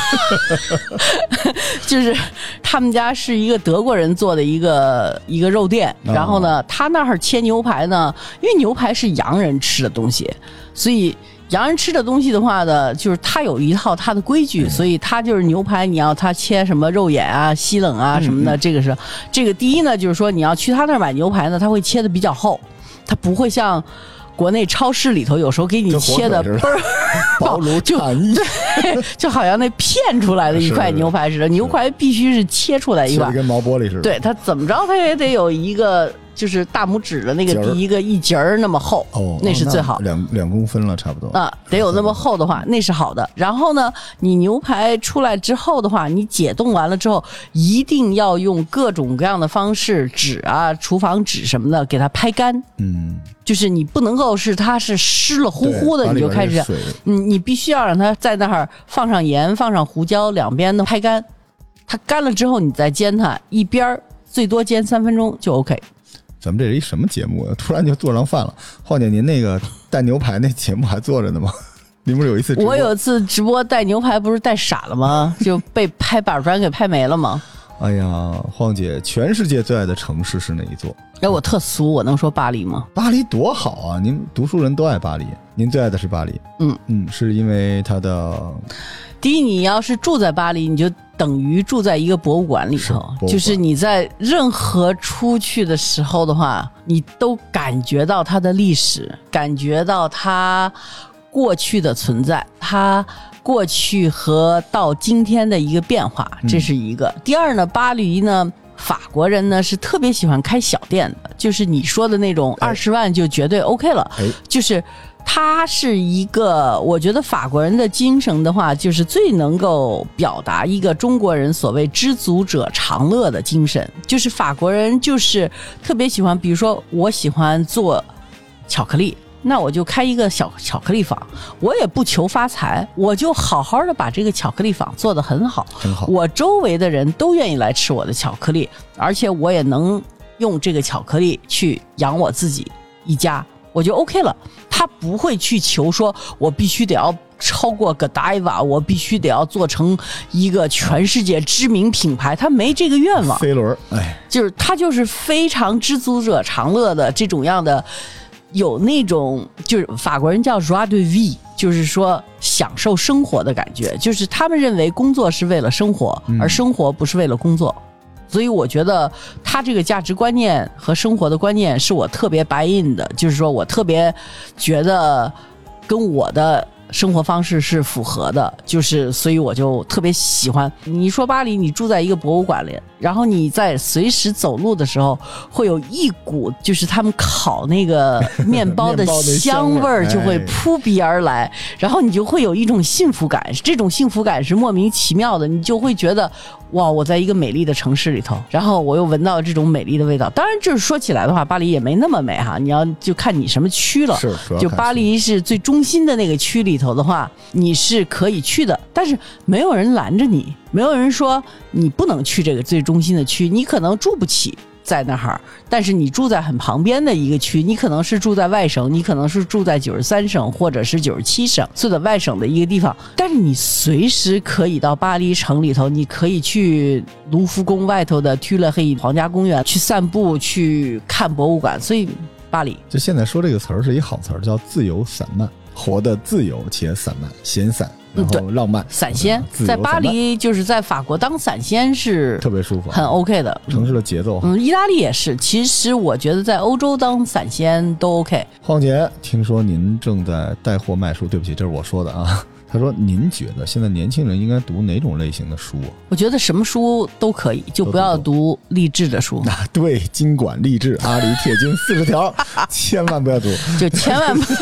就是他们家是一个德国人做的一个一个肉店， 哦、 然后呢，他那儿切牛排呢，因为牛排是洋人吃的东西，所以洋人吃的东西的话呢，就是他有一套他的规矩，嗯、所以他就是牛排你要他切什么肉眼啊、西冷啊什么的，嗯、这个是这个第一呢，就是说你要去他那儿买牛排呢，他会切的比较厚，他不会像国内超市里头有时候给你切的倍儿薄如蝉翼， 对，就好像那片出来的一块牛排似的，牛排必须是切出来一块， 跟毛玻璃似的。 对，它怎么着它也得有一个就是大拇指的那个第一个一节儿那么厚， 哦， 那是最好， 两两公分了差不多啊，得有那么厚的话，那是好的。然后呢，你牛排出来之后的话，你解冻完了之后，一定要用各种各样的方式，纸啊、厨房纸什么的，给它拍干。 嗯。 就是你不能够是它是湿了乎乎的你就开始，嗯，你必须要让它在那儿放上盐放上胡椒，两边都拍干，它干了之后你再煎它，一边最多煎三分钟就 OK。 咱们这是一什么节目啊？突然就做上饭了。晃姐您那个带牛排那节目还做着呢吗？您不是有一次直播， 我有一次直播带牛排不是带傻了吗？就被拍板砖给拍没了吗？ 哎呀，晃姐，全世界最爱的城市是哪一座？ 哎，我特俗，我能说巴黎吗？ 巴黎多好啊！您读书人都爱巴黎，您最爱的是巴黎。 嗯嗯，是因为它的第一，你要是住在巴黎，你就等于住在一个博物馆里头，是就是你在任何出去的时候的话，你都感觉到它的历史，感觉到它过去的存在，它过去和到今天的一个变化，这是一个。嗯、第二呢，巴黎呢，法国人呢是特别喜欢开小店的，就是你说的那种二十万就绝对 OK 了，哎、就是它是一个，我觉得法国人的精神的话，就是最能够表达一个中国人所谓知足者常乐的精神。就是法国人就是特别喜欢，比如说我喜欢做巧克力，那我就开一个小巧克力坊，我也不求发财，我就好好的把这个巧克力坊做得很好， 很好， 我周围的人都愿意来吃我的巧克力，而且我也能用这个巧克力去养我自己一家，我就 OK 了。他不会去求说我必须得要超过 Godiva， 我必须得要做成一个全世界知名品牌，他没这个愿望。 飞轮，哎， 就是他就是非常知足者常乐的这种样的，有那种就是法国人叫 joie de vie， 就是说享受生活的感觉，就是他们认为工作是为了生活，而生活不是为了工作。嗯，所以我觉得他这个价值观念和生活的观念是我特别 buy in 的，就是说我特别觉得跟我的生活方式是符合的，就是所以我就特别喜欢。你说巴黎，你住在一个博物馆里，然后你在随时走路的时候会有一股就是他们烤那个面包的香味儿就会扑鼻而来，然后你就会有一种幸福感，这种幸福感是莫名其妙的，你就会觉得哇，我在一个美丽的城市里头，然后我又闻到这种美丽的味道。当然就是说起来的话，巴黎也没那么美哈，你要就看你什么区了。 是， 就巴黎是最中心的那个区里头的话，你是可以去的，但是没有人拦着你，没有人说你不能去这个最中心的区，你可能住不起在那儿，但是你住在很旁边的一个区，你可能是住在外省，你可能是住在九十三省或者是九十七省，住在外省的一个地方，但是你随时可以到巴黎城里头，你可以去卢浮宫外头的图勒黑皇家公园去散步，去看博物馆。所以巴黎就现在说这个词儿是一好词儿，叫自由散漫，活得自由且散漫，闲散然后浪漫， 散仙，在巴黎就是在法国当散仙是特别舒服， 很 OK 的。 城市的节奏， 嗯，意大利也是。其实我觉得在欧洲当散仙都 OK。 晃姐，听说您正在带货卖书，对不起，这是我说的啊。他说：“您觉得现在年轻人应该读哪种类型的书啊？” 我觉得什么书都可以，就不要读励志的书。 啊，对，经管励志，阿里铁军四十条，千万不要读， 就千万不。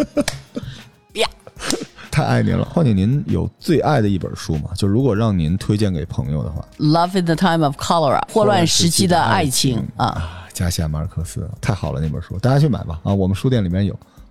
太爱您了，晃姐，您有最爱的一本书吗？就如果让您推荐给朋友的话， Love in the Time of Cholera， 霍乱时期的爱情啊， 加西亚马尔克斯，太好了，那本书大家去买吧啊，我们书店里面有。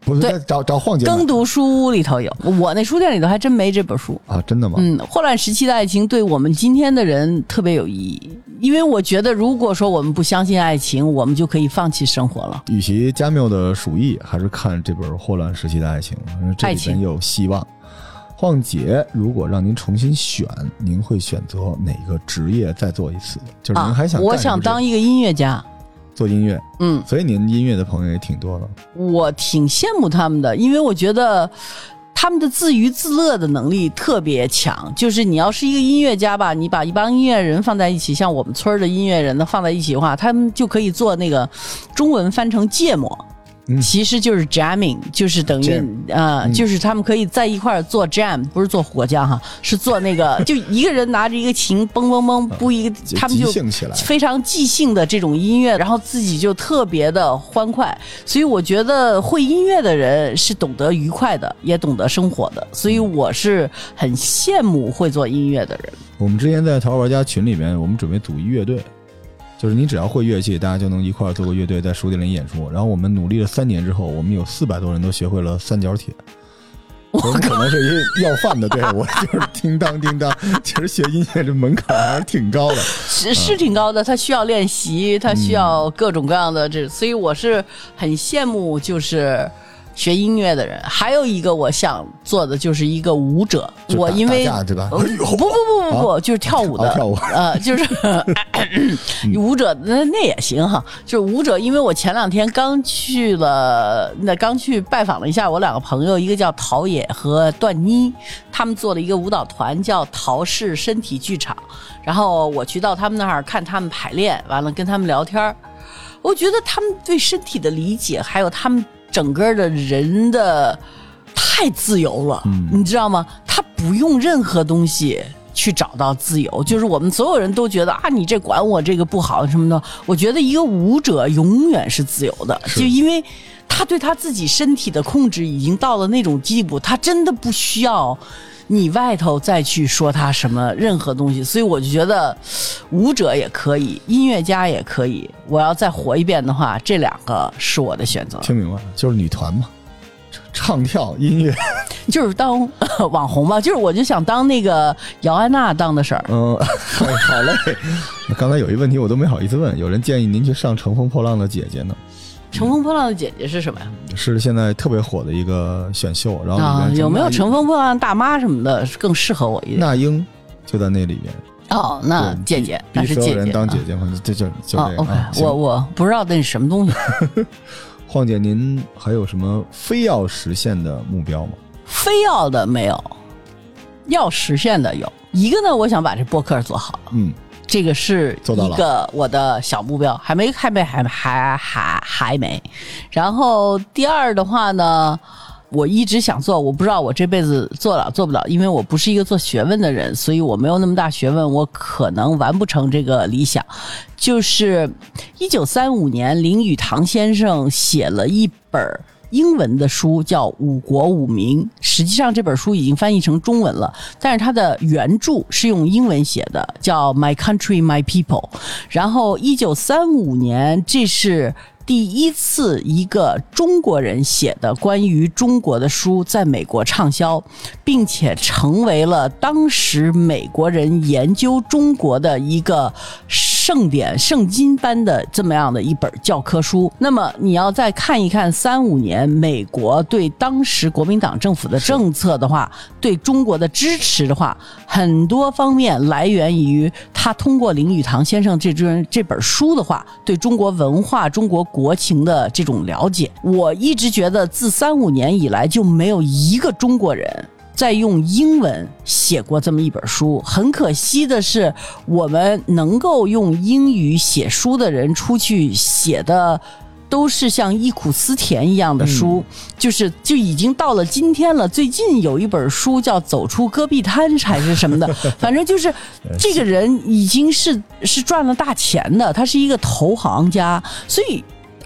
不是找找晃姐耕读书屋里头有，我那书店里头还真没这本书啊，真的吗？ 嗯，霍乱时期的爱情对我们今天的人特别有意义，因为我觉得如果说我们不相信爱情，我们就可以放弃生活了。 与其加缪的鼠疫，还是看这本霍乱时期的爱情，这里边有希望。晃姐，如果让您重新选，您会选择哪个职业再做一次？就是您还想、 啊、我想当一个音乐家， 做音乐。 嗯， 所以您音乐的朋友也挺多的。 我挺羡慕他们的，因为我觉得他们的自娱自乐的能力特别强。就是你要是一个音乐家吧，你把一帮音乐人放在一起，像我们村的音乐人呢放在一起的话，他们就可以做那个中文翻成芥末。嗯、其实就是 jamming， 就是等于啊、呃嗯，就是他们可以在一块儿做 jam， 不是做火将哈，是做那个就一个人拿着一个琴嘣嘣嘣拨一个，他们就非常即兴的这种音乐，然后自己就特别的欢快。所以我觉得会音乐的人是懂得愉快的，也懂得生活的，所以我是很羡慕会做音乐的人。 我们之前在淘宝玩家群里面，我们准备组一乐队。就是你只要会乐器，大家就能一块儿做个乐队，在书店里演出。然后我们努力了三年之后，我们有四百多人都学会了三角铁。我们可能是一个要饭的队伍，就是叮当叮当。其实学音乐这门槛还是挺高的， 是是挺高的，它需要练习，它需要各种各样的这，所以我是很羡慕，就是学音乐的人。还有一个我想做的就是一个舞者，我因为对吧？ 不不不不不不、啊，就是跳舞的， 啊、跳舞呃，就是舞者那那也行哈。就是舞者，因为我前两天刚去了，那刚去拜访了一下我两个朋友，一个叫陶冶和段妮，他们做了一个舞蹈团叫陶氏身体剧场，然后我去到他们那儿看他们排练，完了跟他们聊天，我觉得他们对身体的理解，还有他们整个的人的太自由了、嗯、你知道吗？他不用任何东西去找到自由，就是我们所有人都觉得啊，你这管我这个不好什么的。我觉得一个舞者永远是自由的，就因为他对他自己身体的控制已经到了那种地步，他真的不需要你外头再去说他什么任何东西。所以我就觉得舞者也可以，音乐家也可以，我要再活一遍的话，这两个是我的选择。 听明白了，就是女团嘛，唱跳音乐就是当网红吧，就是我就想当那个姚安娜当的事儿。 嗯，好嘞。刚才有一问题我都没好意思问，有人建议您去上乘风破浪的姐姐呢。 乘风破浪的姐姐是什么呀？ 是现在特别火的一个选秀，然后里面、 啊、有没有乘风破浪大妈什么的更适合我一点？ 那英就在那里边。 哦，那姐姐，那是姐姐， 逼所有人当姐姐嘛，这就就这个。 哦 OK， 我我不知道那是什么东西。 晃姐，您还有什么非要实现的目标吗？ 非要的没有，要实现的有一个呢，我想把这播客做好。嗯。这个是一个我的小目标，还没还没还还还还没。然后第二的话呢，我一直想做，我不知道我这辈子做了做不了，因为我不是一个做学问的人，所以我没有那么大学问，我可能完不成这个理想。就是一九三五年，林语堂先生写了一本英文的书叫《五国五民》，实际上这本书已经翻译成中文了，但是它的原著是用英文写的，叫 My Country, My People。 然后一九三五年，这是第一次一个中国人写的关于中国的书在美国畅销，并且成为了当时美国人研究中国的一个圣典圣经般的这么样的一本教科书。那么你要再看一看三五年美国对当时国民党政府的政策的话，对中国的支持的话，很多方面来源于他通过林语堂先生这这本书的话，对中国文化中国国情的这种了解。我一直觉得自三五年以来就没有一个中国人在用英文写过这么一本书。很可惜的是，我们能够用英语写书的人出去写的都是像忆苦思甜一样的书、嗯、就是就已经到了今天了。最近有一本书叫走出戈壁滩还是什么的反正就是这个人已经是是赚了大钱的，他是一个投行家。所以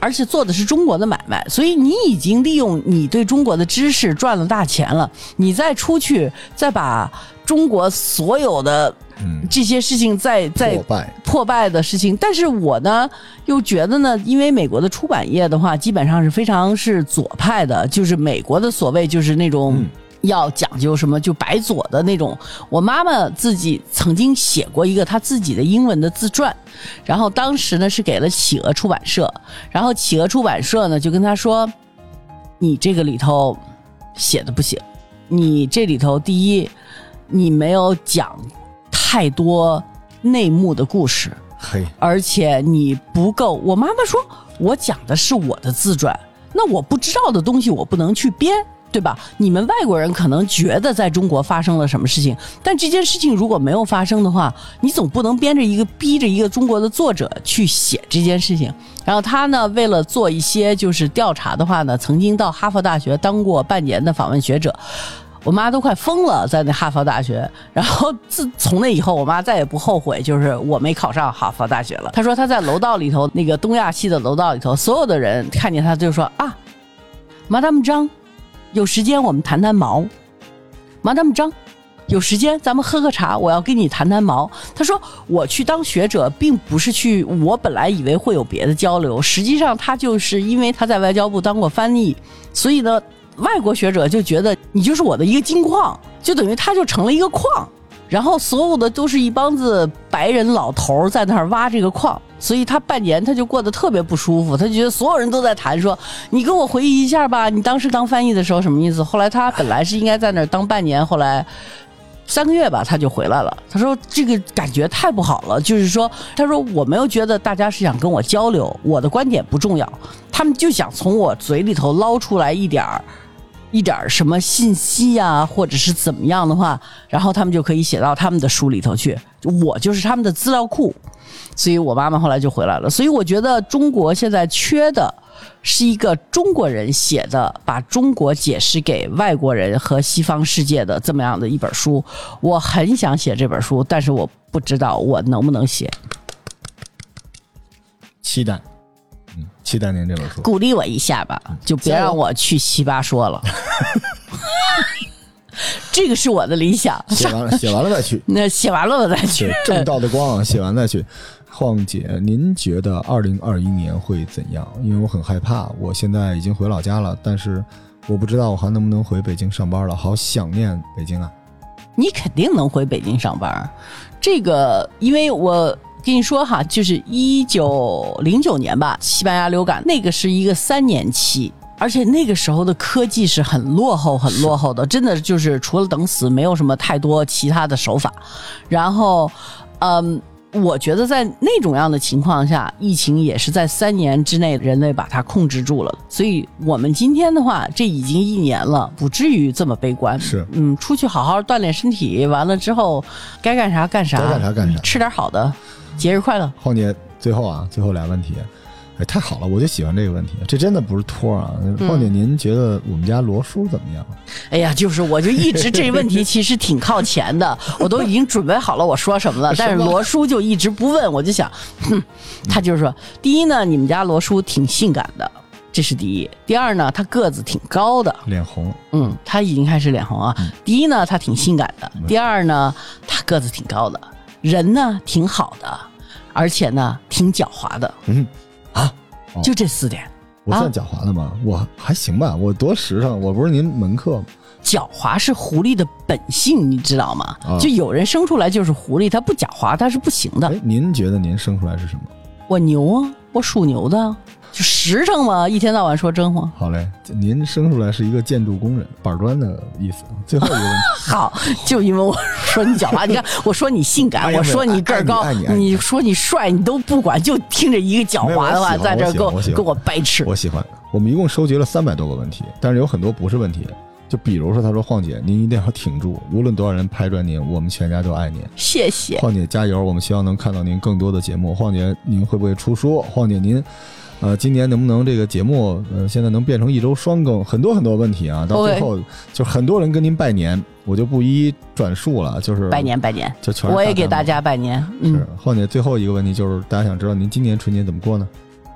而且做的是中国的买卖，所以你已经利用你对中国的知识赚了大钱了，你再出去再把中国所有的这些事情再再破败破败的事情，但是我呢又觉得呢，因为美国的出版业的话，基本上是非常是左派的，就是美国的所谓就是那种。嗯要讲究什么就白左的那种。我妈妈自己曾经写过一个她自己的英文的自传，然后当时呢是给了企鹅出版社，然后企鹅出版社呢就跟她说，你这个里头写的不行，你这里头第一你没有讲太多内幕的故事， 嘿， 而且你不够。我妈妈说我讲的是我的自传，那我不知道的东西我不能去编，对吧？你们外国人可能觉得在中国发生了什么事情，但这件事情如果没有发生的话，你总不能编着一个逼着一个中国的作者去写这件事情。然后他呢，为了做一些就是调查的话呢，曾经到哈佛大学当过半年的访问学者。我妈都快疯了，在那哈佛大学。然后自从那以后，我妈再也不后悔，就是我没考上哈佛大学了。她说她在楼道里头，那个东亚系的楼道里头，所有的人看见她就说啊 ，Madame 张。有时间我们谈谈毛，马达姆张，有时间咱们喝喝茶，我要跟你谈谈毛。他说我去当学者并不是去，我本来以为会有别的交流，实际上他就是因为他在外交部当过翻译，所以呢外国学者就觉得你就是我的一个金矿，就等于他就成了一个矿，然后所有的都是一帮子白人老头在那儿挖这个矿，所以他半年他就过得特别不舒服，他觉得所有人都在谈说你跟我回忆一下吧，你当时当翻译的时候什么意思。后来他本来是应该在那儿当半年，后来三个月吧他就回来了。他说这个感觉太不好了，就是说他说我没有觉得大家是想跟我交流，我的观点不重要，他们就想从我嘴里头捞出来一点儿一点什么信息啊，或者是怎么样的话，然后他们就可以写到他们的书里头去，我就是他们的资料库。所以我妈妈后来就回来了。所以我觉得中国现在缺的是一个中国人写的把中国解释给外国人和西方世界的这么样的一本书。我很想写这本书，但是我不知道我能不能写。 期待嗯，期待您这本书， 鼓励我一下吧，就别让我去奇葩说了。这个是我的理想。 写完了，写完了再去。 那写完了我再去。 正道的光，写完再去。晃姐，您觉得二零二一年会怎样？因为我很害怕，我现在已经回老家了，但是我不知道我还能不能回北京上班了，好想念北京啊。 你肯定能回北京上班，这个因为我跟你说哈，就是一九零九年吧，西班牙流感那个是一个三年期，而且那个时候的科技是很落后很落后的，真的就是除了等死没有什么太多其他的手法。然后嗯，我觉得在那种样的情况下，疫情也是在三年之内人类把它控制住了。所以我们今天的话，这已经一年了，不至于这么悲观。 是， 嗯，出去好好锻炼身体，完了之后该干啥干啥， 该干啥干啥， 吃点好的。节日快乐。 晃姐，最后啊，最后俩问题。哎，太好了，我就喜欢这个问题，这真的不是托啊。晃姐，您觉得我们家罗叔怎么样？ 哎呀，就是我就一直这问题其实挺靠前的，我都已经准备好了我说什么了，但是罗叔就一直不问，我就想，哼，他就是说，第一呢，你们家罗叔挺性感的，这是第一；第二呢，他个子挺高的， 脸红， 嗯，他已经开始脸红啊。嗯、第一呢，他挺性感的；第二呢，他个子挺高的，人呢挺好的，而且呢挺狡猾的。 嗯。啊， 就这四点， 我算狡猾的吗？啊、我还行吧，我多实诚，我不是您门客吗？ 狡猾是狐狸的本性，你知道吗？啊、就有人生出来就是狐狸，他不狡猾他是不行的。 哎，您觉得您生出来是什么？ 我牛啊，我属牛的，就实诚嘛，一天到晚说真话。 好嘞，您生出来是一个建筑工人，板砖的意思。最后一个问题， 好，就因为我说你狡猾，你看我说你性感，我说你个儿高，你, 你说你帅，你都不管，就听着一个狡猾的话在这给我给我掰扯。 我喜欢。我们一共收集了三百多个问题，但是有很多不是问题。就比如说，他说：“晃姐，您一定要挺住，无论多少人拍砖您，我们全家都爱您。” 谢谢。 晃姐加油，我们希望能看到您更多的节目。晃姐，您会不会出书？晃姐，您。呃，今年能不能这个节目，呃，现在能变成一周双更？很多很多问题啊，到最后就很多人跟您拜年，我就不一一转述了，就是拜年拜年， 就全是我也给大家拜年。 嗯，是，晃姐最后一个问题就是，大家想知道您今年春节怎么过呢？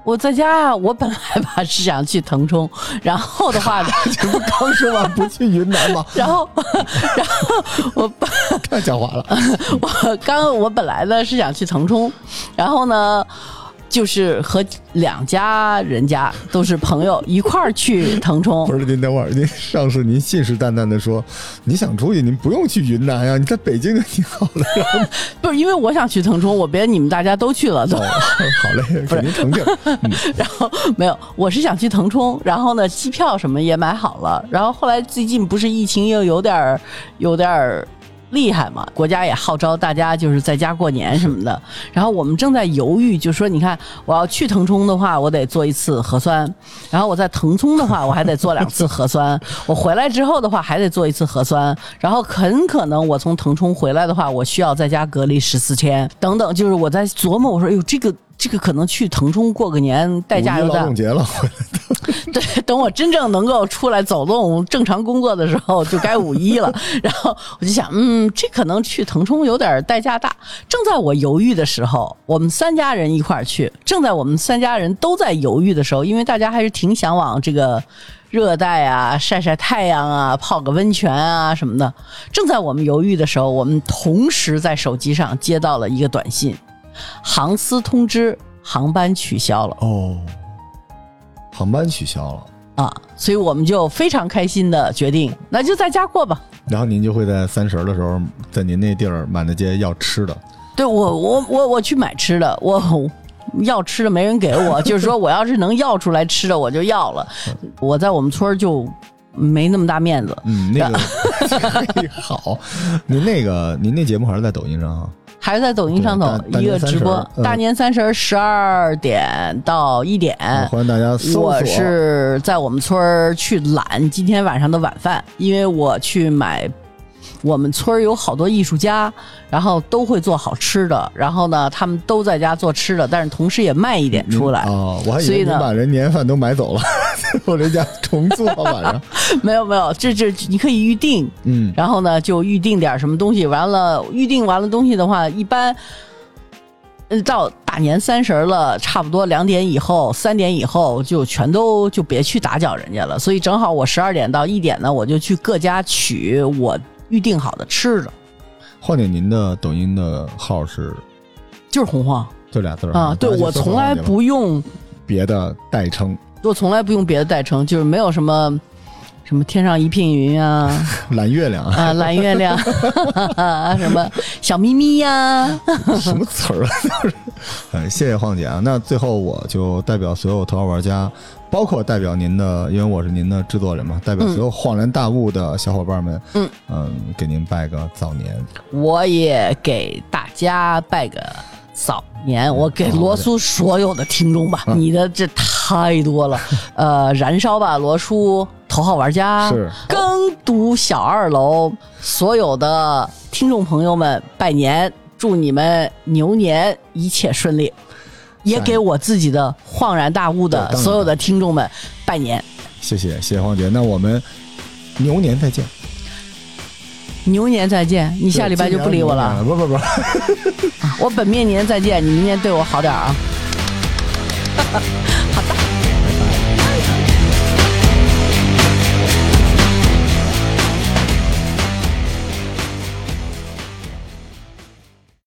我在家，我本来吧是想去腾冲，然后的话， 这不刚说完不去云南吗？ 然后，然后我太狡猾了。 我刚我本来呢是想去腾冲，然后呢。就是和两家人家都是朋友一块儿去腾冲。 不是，您等会儿，您上次您信誓旦旦的说，你想出去，您不用去云南呀，你在北京就挺好的。 不是因为我想去腾冲，我别你们大家都去了都。 哦、好嘞，给您澄清。 嗯、然后没有，我是想去腾冲，然后呢，机票什么也买好了，然后后来最近不是疫情又有点有点。厉害嘛，国家也号召大家就是在家过年什么的，然后我们正在犹豫，就说你看我要去腾冲的话我得做一次核酸，然后我在腾冲的话我还得做两次核酸，我回来之后的话还得做一次核酸，然后很可能我从腾冲回来的话我需要在家隔离十四天等等，就是我在琢磨，我说哎呦这个这个可能去腾冲过个年代价又大， 劳动节了回来对，等我真正能够出来走动正常工作的时候就该五一了。然后我就想嗯这可能去腾冲有点代价大。正在我犹豫的时候，我们三家人一块儿去，正在我们三家人都在犹豫的时候，因为大家还是挺向往这个热带啊，晒晒太阳啊，泡个温泉啊什么的，正在我们犹豫的时候，我们同时在手机上接到了一个短信，航司通知航班取消了。 哦，航班取消了啊，所以我们就非常开心的决定，那就在家过吧。 然后您就会在三十的时候，在您那地儿满大街要吃的。 对，我我我我去买吃的，我要吃的没人给我，就是说我要是能要出来吃的我就要了。我在我们村就没那么大面子。 嗯，那个好，您那个您那节目还是在抖音上啊？ 还是在抖音上头一个直播，大年三十十二点到一点， 嗯，欢迎大家搜索。 我是在我们村去揽今天晚上的晚饭，因为我去买。我们村有好多艺术家，然后都会做好吃的，然后呢，他们都在家做吃的，但是同时也卖一点出来。 哦，我还以为你把人年饭都买走了，我这家重做晚上。 没有没有，这这你可以预定，嗯，然后呢就预定点什么东西，完了预定完了东西的话，一般。到大年三十了，差不多两点以后、三点以后就全都就别去打搅人家了。所以正好我十二点到一点呢，我就去各家取我预定好的吃的。 晃姐，您的抖音的号是？ 就是洪晃， 就俩字啊。对，我从来不用别的代称， 我从来不用别的代称，就是没有什么。什么天上一片云啊， 蓝月亮啊，蓝月亮，啊、什么小咪咪呀、啊， 什么词儿啊？哎，谢谢晃姐啊。那最后我就代表所有头号玩家，包括代表您的，因为我是您的制作人嘛，代表所有恍然大悟的小伙伴们，嗯嗯，给您拜个早年。 我也给大家拜个早年，我给罗叔所有的听众吧，嗯、你的这太多了，呃，燃烧吧罗叔。头号玩家是耕读小二楼，所有的听众朋友们拜年，祝你们牛年一切顺利，也给我自己的恍然大悟的所有的听众们拜年。 谢谢谢谢黄姐，那我们牛年再见。 牛年再见，你下礼拜就不理我了？ 不不不， 我本命年再见，你明年对我好点啊。